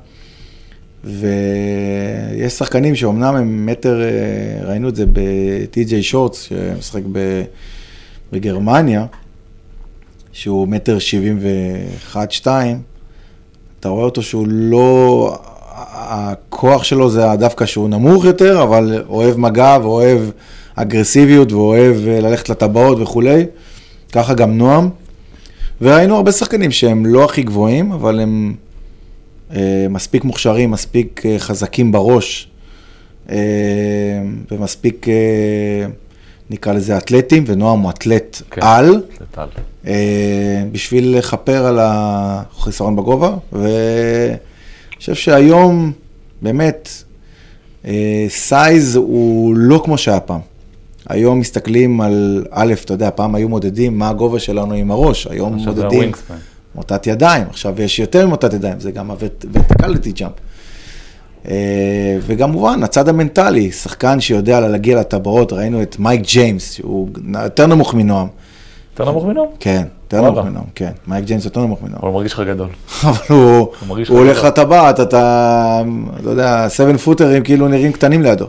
ויש שחקנים שאומנם הם מטר, ראינו את זה ב-טי ג'יי שורטס, שמשחק בגרמניה, שהוא מטר שבעים ואחת שתיים, אתה רואה אותו שהוא לא, הכוח שלו זה דווקא שהוא נמוך יותר, אבל אוהב מגע ואוהב אגרסיביות ואוהב ללכת לטבעות וכולי. ככה גם נועם. וראינו הרבה שחקנים שהם לא הכי גבוהים, אבל הם אה, מספיק מוכשרים, מספיק אה, חזקים בראש, אה, ומספיק, אה, נקרא לזה אתלטים, ונועם הוא אתלט כן, על, אתלט על. אה, בשביל לחפר על החיסרון בגובה, ואני חושב שהיום באמת אה, סייז הוא לא כמו שהיה פעם. היום מסתכלים על, א', אתה יודע, פעם היו מודדים מה הגובה שלנו עם הראש, היום מודדים מוטת ידיים, עכשיו יש יותר ממוטת ידיים, זה גם ה-verticality jump. וגם מובן, הצד המנטלי, שחקן שיודע להגיע לטבעות, ראינו את מייק ג'יימס, שהוא יותר נמוך מנועם. יותר נמוך מנועם? כן, יותר נמוך מנועם, כן. מייק ג'יימס יותר נמוך מנועם. אבל הוא מרגיש לך גדול. אבל הוא הולך לטבעת, אתה, לא יודע, שבע פוטרים כאילו נראים קטנים לידו.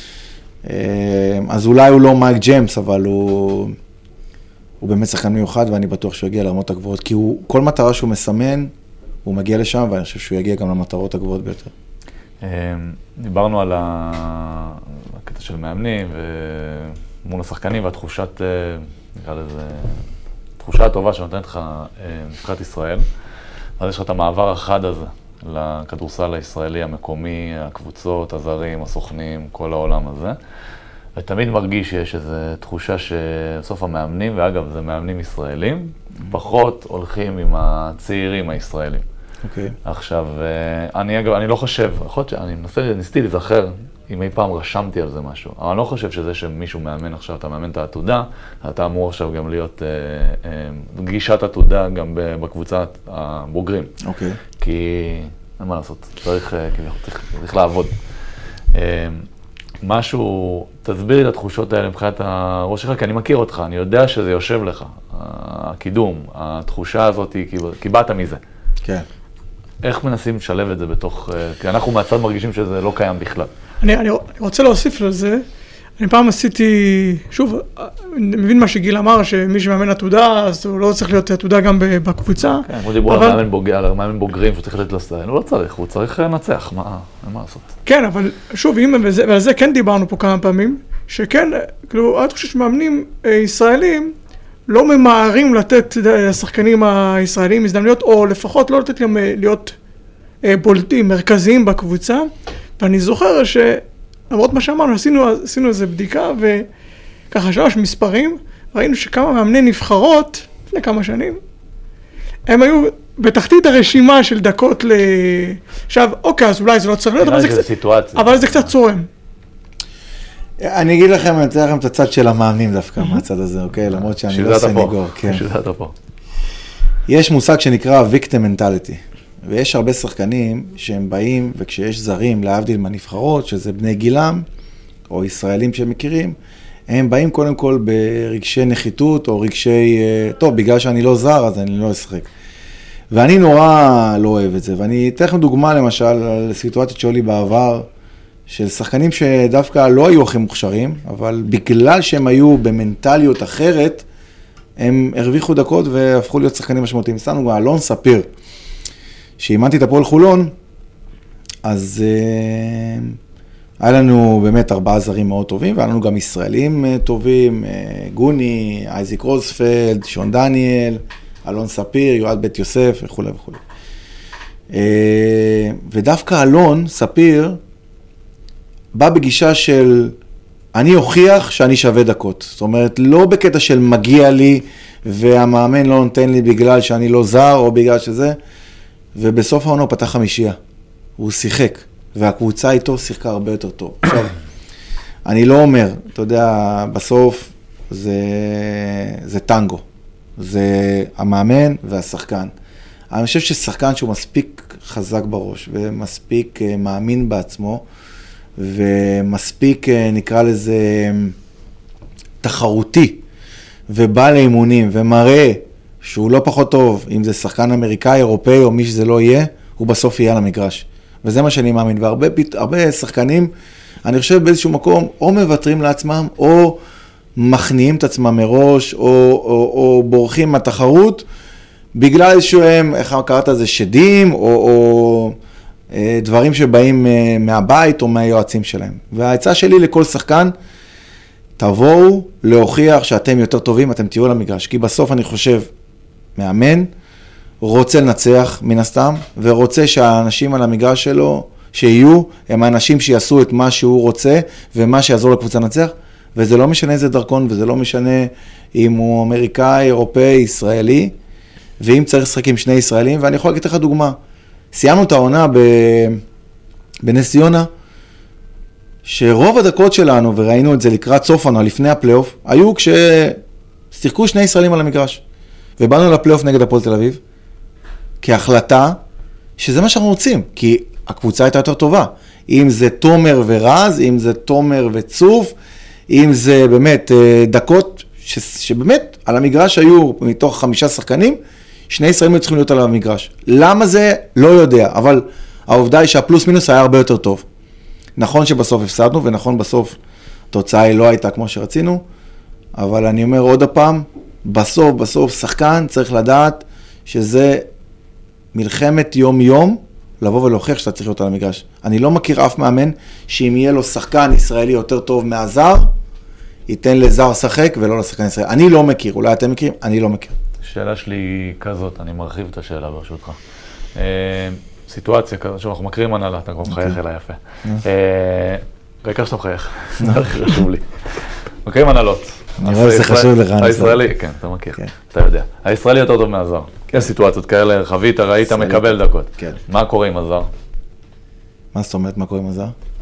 אז אולי הוא לא מייק ג'יימס, אבל הוא, הוא באמת שחקן מיוחד, ואני בטוח שהוא יגיע לרמות הגבוהות, כי הוא, כל מטרה שהוא מסמן, הוא מגיע לשם, ואני חושב שהוא יגיע גם למטרות הגבוהות ביותר. דיברנו על הקטע של מאמנים, ומול השחקנים, והתחושת, נקרא לזה, תחושה הטובה שנותנת לך נבחרת ישראל, אז יש לך את המעבר החד הזה, לכדורסל הישראלי המקומי, הקבוצות, הזרים, הסוכנים, כל העולם הזה. ותמיד מרגיש שיש איזו תחושה שבסוף המאמנים, ואגב, זה מאמנים ישראלים, פחות הולכים עם הצעירים הישראלים. אוקיי. עכשיו, אני אגב, אני לא חושב, יכול להיות שאני מנסה, ניסיתי להיזכר אם אי פעם רשמתי על זה משהו, אבל אני לא חושב שזה שמישהו מאמן עכשיו, אתה מאמן את העתודה, אתה אמור עכשיו גם להיות אה, אה, גישת עתודה גם בקבוצת הבוגרים. אוקיי. כי אין מה לעשות, צריך, צריך, צריך לעבוד. אה, משהו, תסביר לי את התחושות האלה מבחינת הראש שלך, כי אני מכיר אותך, אני יודע שזה יושב לך, הקידום, התחושה הזאת, כי באת מזה. כן. איך מנסים לשלב את זה בתוך, כי אנחנו מהצד מרגישים שזה לא קיים בכלל. אני, אני רוצה להוסיף לזה, אני פעם עשיתי, שוב, אני מבין מה שגיל אמר, שמי שמאמן עתודה, אז הוא לא צריך להיות עתודה גם בקבוצה. כן, כמו דיברו על מאמן בוגרים שהוא צריך לתת לסטייל, הוא לא צריך, הוא צריך לנצח, מה לעשות? כן, אבל שוב, ועל זה כן דיברנו פה כמה פעמים, שכן, כאילו, אני חושב שמאמנים ישראלים לא ממהרים לתת לשחקנים הישראלים הזדמנויות, או לפחות לא לתת להם להיות בולטים, מרכזיים בקבוצה, ואני זוכר ש... למרות מה שאמרנו, עשינו, עשינו איזו בדיקה, וככה שלוש מספרים, ראינו שכמה מאמני נבחרות, לפני כמה שנים, הם היו בתחתית הרשימה של דקות ל... עכשיו, אוקיי, אז אולי זה לא צריך להיות, אבל זה, קצת... אבל זה קצת צורם. אני אגיד לכם, אני אתן לכם את הצד של המאמנים דווקא, מהצד הזה, אוקיי? למרות שאני לא סניגור. שזאת פה. יש מושג שנקרא victim mentality. ויש הרבה שחקנים שהם באים, וכשיש זרים להבדיל מהנבחרות, שזה בני גילם, או ישראלים שהם מכירים, הם באים קודם כל ברגשי נחיתות, או רגשי, טוב, בגלל שאני לא זר, אז אני לא אשחק. ואני נורא לא אוהב את זה, ואני אתן לכם דוגמה למשל, על סיטואציות שהיו לי בעבר, של שחקנים שדווקא לא היו הכי מוכשרים, אבל בגלל שהם היו במנטליות אחרת, הם הרוויחו דקות והפכו להיות שחקנים משמעותיים. סתם גם אלון ספיר. שאימנתי את הפועל חולון, אז uh, היה לנו באמת ארבעה זרים מאוד טובים, והיה לנו גם ישראלים uh, טובים, uh, גוני, אייזיק רוזפלד, שון דניאל, אלון ספיר, יועד בית יוסף וכו' וכו'. Uh, ודווקא אלון ספיר בא בגישה של אני אוכיח שאני שווה דקות. זאת אומרת, לא בקטע של מגיע לי והמאמן לא נותן לי בגלל שאני לא זר או בגלל שזה, ובסוף העונה הוא פתח חמישייה, הוא שיחק, והקבוצה איתו שיחקה הרבה יותר טוב. עכשיו, אני לא אומר, אתה יודע, בסוף זה, זה טנגו, זה המאמן והשחקן. אני חושב ששחקן שהוא מספיק חזק בראש, ומספיק מאמין בעצמו, ומספיק, נקרא לזה, תחרותי, ובא לאימונים, ומראה, שהוא לא פחות טוב, אם זה שחקן אמריקאי, אירופאי, או מי שזה לא יהיה, הוא בסוף יהיה על המגרש. וזה מה שאני מאמין. והרבה הרבה שחקנים, אני חושב באיזשהו מקום, או מוותרים לעצמם, או מכניעים את עצמם מראש, או, או, או בורחים מהתחרות, בגלל איזשהו הם, איך קראת זה, שדים, או, או דברים שבאים מהבית, או מהיועצים שלהם. וההצעה שלי לכל שחקן, תבואו להוכיח שאתם יותר טובים, אתם תהיו על המגרש. כי בסוף אני חושב, מאמן, רוצה לנצח מן הסתם, ורוצה שהאנשים על המגרש שלו, שיהיו, הם האנשים שיעשו את מה שהוא רוצה, ומה שיעזור לקבוצה לנצח, וזה לא משנה איזה דרכון, וזה לא משנה אם הוא אמריקאי, אירופאי, ישראלי, ואם צריך לשחק עם שני ישראלים, ואני יכול להגיד לך דוגמה, סיימנו את העונה ב... בנס ציונה, שרוב הדקות שלנו, וראינו את זה לקראת סוף העונה, לפני הפלייאוף, היו כששיחקו שני ישראלים על המגרש. ובאנו לפלייאוף נגד הפועל תל אביב, כהחלטה שזה מה שאנחנו רוצים, כי הקבוצה הייתה יותר טובה. אם זה תומר ורז, אם זה תומר וצוף, אם זה באמת דקות ש, שבאמת על המגרש היו מתוך חמישה שחקנים, שני ישראלים היו צריכים להיות על המגרש. למה זה? לא יודע, אבל העובדה היא שהפלוס מינוס היה הרבה יותר טוב. נכון שבסוף הפסדנו, ונכון בסוף התוצאה היא לא הייתה כמו שרצינו, אבל אני אומר עוד הפעם, בסוף, בסוף, שחקן צריך לדעת שזה מלחמת יום-יום, לבוא ולהוכיח שאתה צריך להיות על המגרש. אני לא מכיר אף מאמן שאם יהיה לו שחקן ישראלי יותר טוב מהזר, ייתן לזר שחק ולא לשחקן ישראלי. אני לא מכיר, אולי אתם מכירים, אני לא מכיר. השאלה שלי היא כזאת, אני מרחיב את השאלה ברשותך. סיטואציה כזאת, שאנחנו מכירים הנהלה, אתה כבר מחייך אליי יפה. בעיקר שאתה מחייך, זה הכי חשוב לי. מכירים הנהלות. אני רואה שזה חשוב לך. הישראלי, כן, אתה מכיר, אתה יודע. הישראלי יותר טוב מהזר. יש סיטואציות כאלה, חווית, ראית, מקבל דקות. מה קורה עם הזר? מה זאת אומרת, מה קורה עם הזר?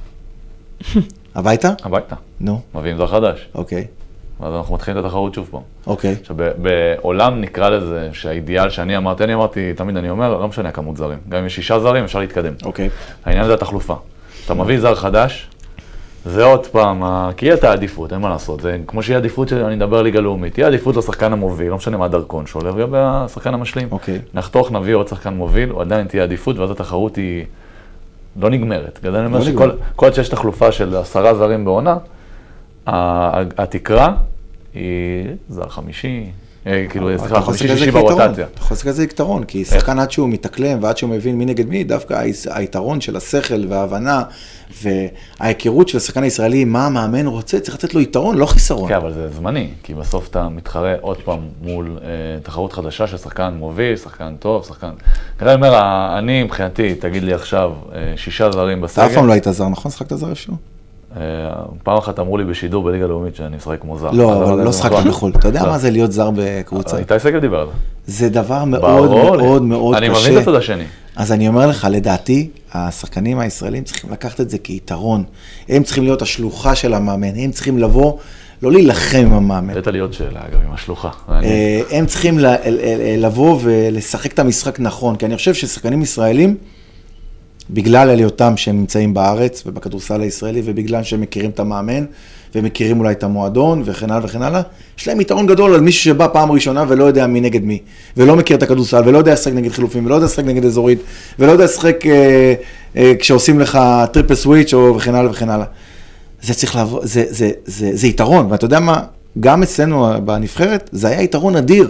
הביתה? הביתה. נו. מביאים זר חדש. אוקיי. ואז אנחנו מתחילים את התחרות שוב פה. אוקיי. עכשיו, בעולם נקרא לזה שהאידיאל שאני אמרתי, אני אמרתי, תמיד אני אומר, לא משנה כמות זרים. גם אם יש שישה זרים, אפשר להתקדם. אוקיי. העניין זה התחלופה. אתה מביא זר חדש, זה עוד פעם, כי יהיה את העדיפות, אין מה לעשות. זה כמו שיהיה עדיפות שאני אדבר ליגה לאומית. תהיה עדיפות לשחקן המוביל, לא משנה מה הדרכון שלו, לגבי השחקן המשלים. אוקיי. נחתוך, נביא עוד שחקן מוביל, הוא עדיין תהיה עדיפות, ואז התחרות היא לא נגמרת. גדל אני אומר שכל עוד שיש תחלופה של עשרה זרים בעונה, התקרה היא זר חמישי, כאילו, סליחה, חמישי שישי ברוטציה. אתה יכול לעשות כזה יתרון, כי שחקן עד שהוא מתאקלם ועד שהוא מבין מי נגד מי, דווקא היתרון של השכל וההבנה וההיכרות של השחקן הישראלי, מה המאמן רוצה, צריך לתת לו יתרון, לא חיסרון. כן, אבל זה זמני, כי בסוף אתה מתחרה עוד פעם מול תחרות חדשה של שחקן מוביל, שחקן טוב, שחקן... אני אומר, אני מבחינתי, תגיד לי עכשיו, שישה זרים בסגל. אתה אף פעם לא היית זר, נכון? שחקת זר איפשהו? פעם אחת אמרו לי בשידור בליגה הלאומית שאני משחק כמו זר. לא, אבל לא שחקת בחו"ל. אתה יודע מה זה להיות זר בקבוצה? איתי סגל דיבר על זה. זה דבר מאוד מאוד מאוד קשה. אני מבין את הצד השני. אז אני אומר לך, לדעתי, השחקנים הישראלים צריכים לקחת את זה כיתרון. הם צריכים להיות השלוחה של המאמן. הם צריכים לבוא, לא להילחם עם המאמן. הייתה לי עוד שאלה, אגב, עם השלוחה. הם צריכים לבוא ולשחק את המשחק נכון, כי אני חושב ששחקנים ישראלים, בגלל עלייתם שהם נמצאים בארץ ובכדורסל הישראלי, ובגלל שהם מכירים את המאמן, ומכירים אולי את המועדון, וכן הלאה וכן הלאה, יש להם יתרון גדול על מישהו שבא פעם ראשונה ולא יודע מי נגד מי, ולא מכיר את הכדורסל, ולא יודע לשחק נגד חילופים, ולא יודע לשחק נגד אזורית, ולא יודע לשחק אה, אה, כשעושים לך טריפל סוויץ' או וכן הלאה וכן הלאה. זה צריך לעבור, זה, זה, זה, זה יתרון, ואתה יודע מה, גם אצלנו בנבחרת, זה היה יתרון אדיר,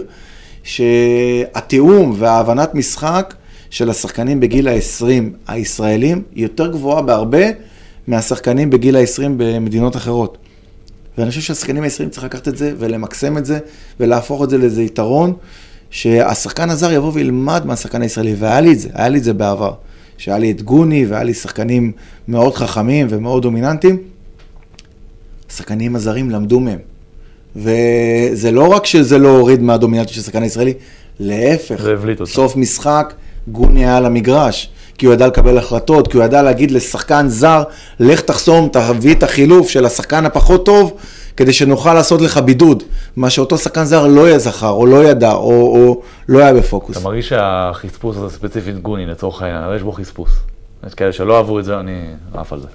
שהתיאום וההבנת משחק של השחקנים בגיל ה-עשרים הישראלים היא יותר גבוהה בהרבה מהשחקנים בגיל ה-עשרים במדינות אחרות. ואני חושב שהשחקנים ה-עשרים צריך לקחת את זה ולמקסם את זה ולהפוך את זה לאיזה יתרון שהשחקן הזר יבוא וילמד מהשחקן הישראלי, והיה לי את זה, היה לי את זה בעבר. שהיה לי את גוני והיה לי שחקנים מאוד חכמים ומאוד דומיננטיים, השחקנים הזרים למדו מהם. וזה לא רק שזה לא הוריד מהדומיננטיות של השחקן הישראלי, להפך, סוף משחק, גוני היה על המגרש, כי הוא ידע לקבל החלטות, כי הוא ידע להגיד לשחקן זר, לך תחסום, תביא את החילוף של השחקן הפחות טוב, כדי שנוכל לעשות לך בידוד, מה שאותו שחקן זר לא היה זכר, או לא ידע, או, או לא היה בפוקוס. אתה מרגיש שהחספוס הזה ספציפית גוני, לצורך העניין, אבל יש בו חספוס. יש כאלה שלא אהבו את זה, אני עף על זה.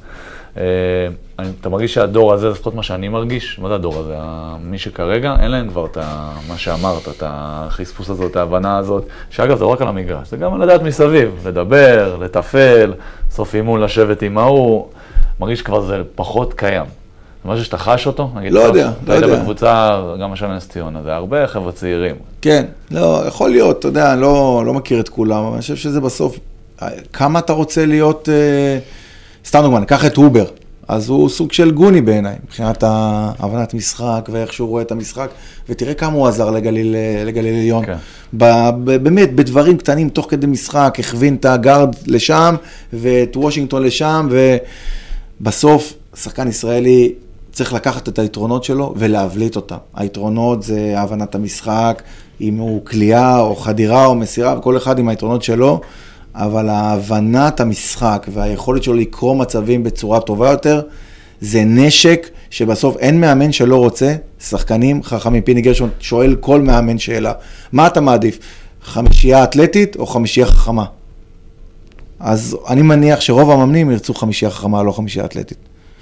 אתה מרגיש שהדור הזה, לפחות מה שאני מרגיש, מה זה הדור הזה? מי שכרגע, אין להם כבר את מה שאמרת, את החספוס הזאת, את ההבנה הזאת, שאגב, זה לא רק על המגרש, זה גם לדעת מסביב, לדבר, לטפל, סוף אימון, לשבת עם ההוא, מרגיש כבר זה פחות קיים. זה משהו שאתה חש אותו? לא יודע, לא יודע. אתה בקבוצה, גם השם נס ציונה, זה הרבה חבר'ה צעירים. כן, לא, יכול להיות, אתה יודע, לא, לא מכיר את כולם, אבל אני חושב שזה בסוף, כמה אתה רוצה להיות, סתם דוגמה, ניקח את אובר, אז הוא סוג של גוני בעיניי, מבחינת ההבנת משחק ואיך שהוא רואה את המשחק, ותראה כמה הוא עזר לגליל, לגליל עליון. כן. באמת, בדברים קטנים, תוך כדי משחק, הכווין את הגארד לשם, ואת וושינגטון לשם, ובסוף, שחקן ישראלי צריך לקחת את היתרונות שלו ולהבליט אותם. היתרונות זה הבנת המשחק, אם הוא קליעה או חדירה או מסירה, וכל אחד עם היתרונות שלו, אבל ההבנת המשחק והיכולת שלו לקרוא מצבים בצורה טובה יותר, זה נשק שבסוף אין מאמן שלא רוצה, שחקנים חכמים. פיני גרשון שואל כל מאמן שאלה, מה אתה מעדיף? חמישייה אתלטית או חמישייה חכמה? אז אני מניח שרוב המאמנים ירצו חמישייה חכמה, לא חמישייה אתלטית.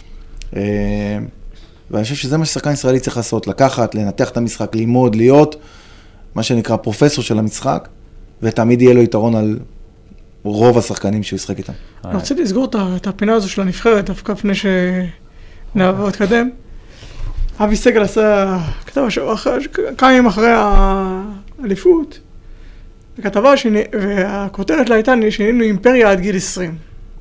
ואני חושב שזה מה ששחקן ישראלי צריך לעשות, לקחת, לנתח את המשחק, ללמוד, להיות מה שנקרא פרופסור של המשחק, ותמיד יהיה לו יתרון על רוב השחקנים שהוא ישחק איתם. אני רוצה לסגור את הפינה הזו של הנבחרת, דווקא לפני שנעבור להתקדם. אבי סגל עשה כתבה כמה ימים אחרי האליפות, הכתבה והכותרת לה הייתה שהיינו אימפריה עד גיל עשרים.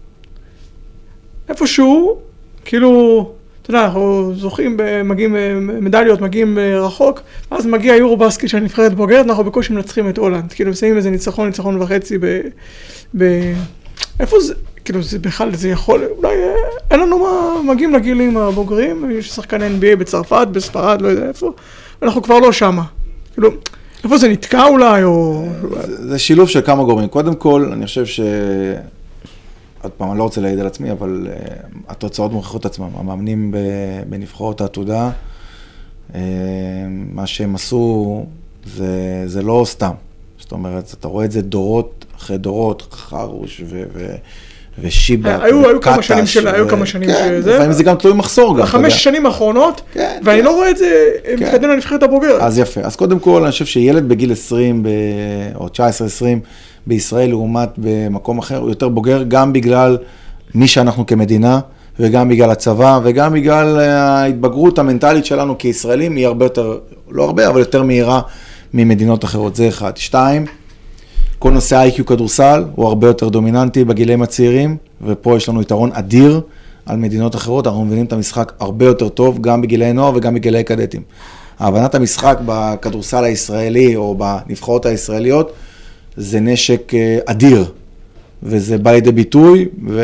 איפשהו, כאילו, אתה יודע, אנחנו זוכים, מגיעים מדליות, מגיעים רחוק, ואז מגיע יורו-בסקט של הנבחרת בוגרת, אנחנו בקושי מנצחים את הולנד. כאילו, מסיימים איזה ניצחון, ניצחון וחצי ב... ב... איפה זה? כאילו, זה בכלל, זה יכול, אולי, אין לנו מה, מגיעים לגילים הבוגרים, יש שחקן אן בי איי בצרפת, בספרד, לא יודע איפה, ואנחנו כבר לא שמה. כאילו, איפה זה נתקע אולי, או... זה שילוב של כמה גורמים. קודם כל, אני חושב ש... עוד פעם, אני לא רוצה להעיד על עצמי, אבל uh, התוצאות מוכיחות עצמם. המאמנים בנבחרות העתודה, uh, מה שהם עשו, זה, זה לא סתם. זאת אומרת, אתה רואה את זה דורות אחרי דורות, חרוש ו... ו ושיבה, היו, היו כמה שנים שלה, היו כמה שנים שזה. לפעמים זה גם תלוי מחסור גם. בחמש השנים האחרונות, ואני לא רואה את זה, מתקדם לנבחרת הבוגרת. אז יפה. אז קודם כל, אני חושב שילד בגיל עשרים, או תשע עשרה עשרים, בישראל, לעומת במקום אחר, הוא יותר בוגר, גם בגלל מי שאנחנו כמדינה, וגם בגלל הצבא, וגם בגלל ההתבגרות המנטלית שלנו כישראלים, היא הרבה יותר, לא הרבה, אבל יותר מהירה ממדינות אחרות. זה אחד. שתיים, כל נושא ה-איי קיו כדורסל הוא הרבה יותר דומיננטי בגילאים הצעירים, ופה יש לנו יתרון אדיר על מדינות אחרות, אנחנו מבינים את המשחק הרבה יותר טוב, גם בגילאי נוער וגם בגילאי קדטים. הבנת המשחק בכדורסל הישראלי או בנבחרות הישראליות, זה נשק אדיר, וזה בא לידי ביטוי,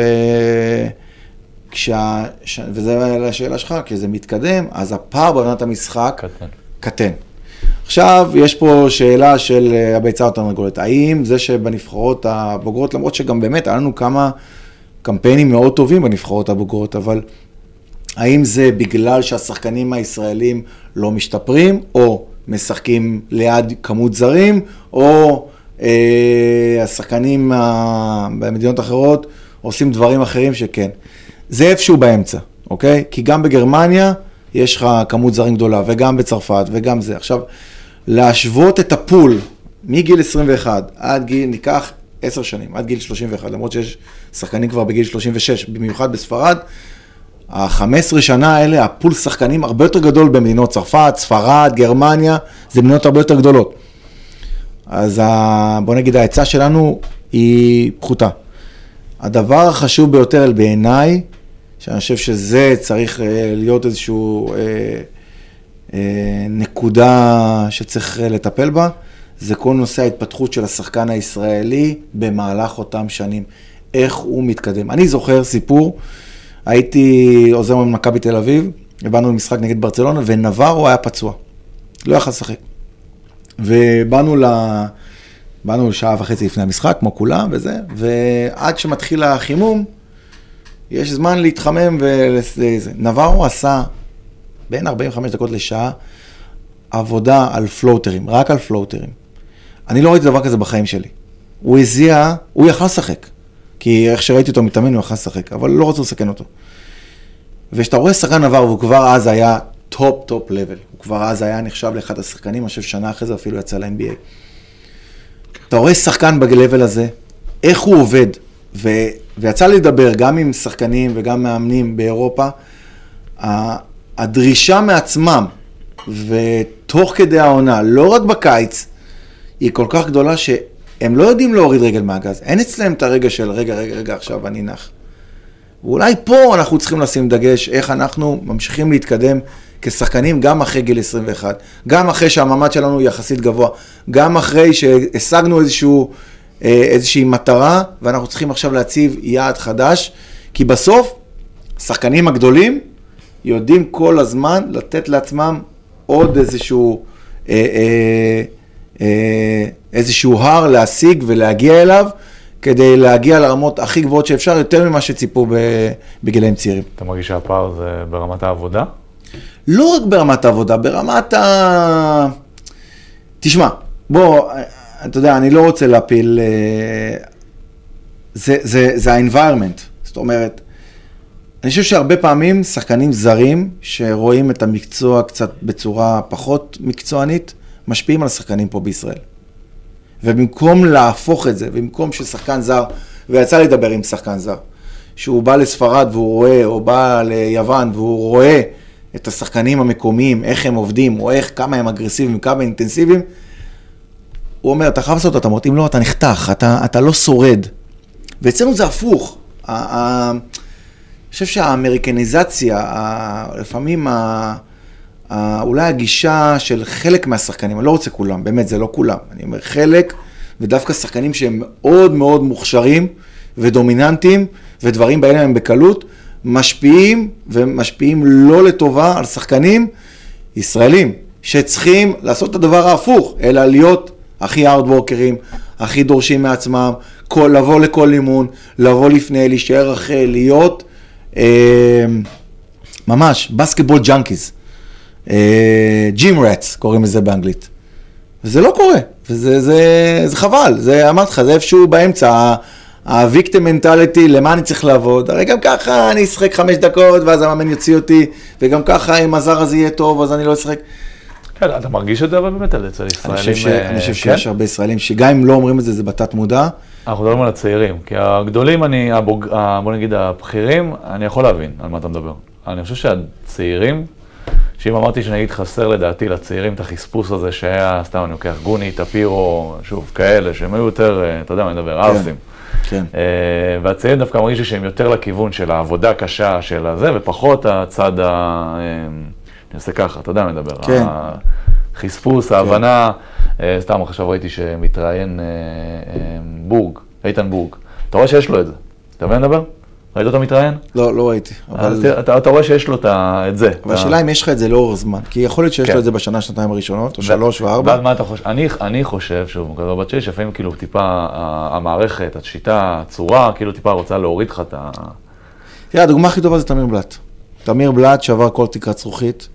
וכשה... וזה השאלה שלך, כשזה מתקדם, אז הפער בהבנת המשחק קטן. קטן. עכשיו, יש פה שאלה של הביצה או תרנגולת. האם זה שבנבחרות הבוגרות, למרות שגם באמת, היה לנו כמה קמפיינים מאוד טובים בנבחרות הבוגרות, אבל האם זה בגלל שהשחקנים הישראלים לא משתפרים, או משחקים ליד כמות זרים, או אה, השחקנים אה, במדינות אחרות עושים דברים אחרים שכן. זה איפשהו באמצע, אוקיי? כי גם בגרמניה יש לך כמות זרים גדולה, וגם בצרפת, וגם זה. עכשיו, להשוות את הפול מגיל עשרים ואחת עד גיל, ניקח עשר שנים, עד גיל שלושים ואחת, למרות שיש שחקנים כבר בגיל שלושים ושש, במיוחד בספרד, ה-חמש עשרה שנה האלה, הפול שחקנים הרבה יותר גדול במדינות צרפת, ספרד, גרמניה, זה מדינות הרבה יותר גדולות. אז ה... בוא נגיד, ההצעה שלנו היא פחותה. הדבר החשוב ביותר בעיניי, שאני חושב שזה צריך להיות איזשהו אה, אה, נקודה שצריך לטפל בה, זה כל נושא ההתפתחות של השחקן הישראלי במהלך אותם שנים. איך הוא מתקדם. אני זוכר סיפור, הייתי עוזר ממכבי תל אביב, הבאנו למשחק נגד ברצלונה, ונברו היה פצוע. לא יכל לשחק. ובאנו ל... באנו שעה וחצי לפני המשחק, כמו כולם וזה, ועד שמתחיל החימום, יש זמן להתחמם ולזה. נברו עשה בין ארבעים וחמש דקות לשעה עבודה על פלוטרים, רק על פלוטרים. אני לא ראיתי דבר כזה בחיים שלי. הוא הזיע, הוא יכל לשחק. כי איך שראיתי אותו מתאמן, הוא יכל לשחק, אבל לא רוצה לסכן אותו. ושאתה רואה שחקן עבר, והוא כבר אז היה טופ, טופ לבל. הוא כבר אז היה נחשב לאחד השחקנים, אני חושב שנה אחרי זה אפילו יצא ל-אן בי איי. אתה רואה שחקן בלבל הזה, איך הוא עובד, ו... ויצא לי לדבר גם עם שחקנים וגם מאמנים באירופה, הדרישה מעצמם, ותוך כדי העונה, לא רק בקיץ, היא כל כך גדולה שהם לא יודעים להוריד רגל מהגז. אין אצלם את הרגע של רגע, רגע, רגע, עכשיו אני נח. ואולי פה אנחנו צריכים לשים דגש, איך אנחנו ממשיכים להתקדם כשחקנים גם אחרי גיל עשרים ואחת, גם אחרי שהמעמד שלנו יחסית גבוה, גם אחרי שהשגנו איזשהו, איזושהי מטרה, ואנחנו צריכים עכשיו להציב יעד חדש, כי בסוף, השחקנים הגדולים יודעים כל הזמן לתת לעצמם עוד איזשהו, איזשהו הר להשיג ולהגיע אליו, כדי להגיע לרמות הכי גבוהות שאפשר, יותר ממה שציפו בגילאים צעירים. אתה מרגיש שהפער זה ברמת העבודה? לא רק ברמת העבודה, ברמת ה... תשמע, בוא, אתה יודע, אני לא רוצה להפיל... זה, זה, זה ה-environment. זאת אומרת, אני חושב שהרבה פעמים שחקנים זרים שרואים את המקצוע קצת בצורה פחות מקצוענית, משפיעים על השחקנים פה בישראל. ובמקום להפוך את זה, במקום ששחקן זר, ויצא לדבר עם שחקן זר, שהוא בא לספרד והוא רואה, או בא ליוון והוא רואה את השחקנים המקומיים, איך הם עובדים, או איך, כמה הם אגרסיביים, כמה הם אינטנסיביים, הוא אומר, אתה חייב לעשות אותם, אם לא, אתה נחתך, אתה, אתה לא שורד. ואצלנו זה הפוך. אני חושב שהאמריקניזציה, לפעמים אולי הגישה של חלק מהשחקנים, אני לא רוצה כולם, באמת זה לא כולם, אני אומר חלק, ודווקא שחקנים שהם מאוד מאוד מוכשרים ודומיננטיים, ודברים באלה הם בקלות, משפיעים ומשפיעים לא לטובה על שחקנים ישראלים, שצריכים לעשות את הדבר ההפוך, אלא להיות הכי הארדוורקרים, הכי דורשים מעצמם, כל, לבוא לכל אימון, לבוא לפני, להישאר אחרי, להיות אה, ממש בסקטבול ג'אנקיז. ג'ים רטס, קוראים לזה באנגלית. וזה לא קורה, וזה זה, זה חבל, זה אמרתי לך, זה איפשהו באמצע, הוויקטים מנטליטי, למה אני צריך לעבוד? הרי גם ככה אני אשחק חמש דקות, ואז המאמן יוציא אותי, וגם ככה אם הזר הזה יהיה טוב, אז אני לא אשחק. כן, אתה מרגיש את זה אבל באמת על אצל ישראלים. אני חושב שיש הרבה ישראלים, שגם אם לא אומרים את זה, זה בתת מודע, אנחנו מדברים על הצעירים, כי הגדולים, אני, הבוג, בוא נגיד הבכירים, אני יכול להבין על מה אתה מדבר. אני חושב שהצעירים, שאם אמרתי שנגיד חסר לדעתי לצעירים את החספוס הזה שהיה, סתם אני לוקח גוני, טפירו, שוב, כאלה, שהם היו יותר, אתה יודע מה אני מדבר, ארסים. כן. והצעירים דווקא מרגיש לי שהם יותר לכיוון של העבודה הקשה של הזה, ופחות הצד ה... אני עושה ככה, אתה יודע מה אני מדבר. כן. החספוס, ההבנה, סתם עכשיו ראיתי שמתראיין בורג, איתן בורג. אתה רואה שיש לו את זה. אתה מבין לדבר? ראית אותו מתראיין? לא, לא ראיתי. אתה רואה שיש לו את זה. אבל השאלה אם יש לך את זה לאורך זמן, כי יכול להיות שיש לו את זה בשנה, שנתיים הראשונות, או שלוש וארבע. ואז מה אתה חושב? אני חושב, שוב, כזה בת שש, לפעמים כאילו טיפה המערכת, השיטה, הצורה, כאילו טיפה רוצה להוריד לך את ה... תראה, הדוגמה הכי טובה זה תמיר בלט. תמיר בלט שעבר כל תקרת זכוכית,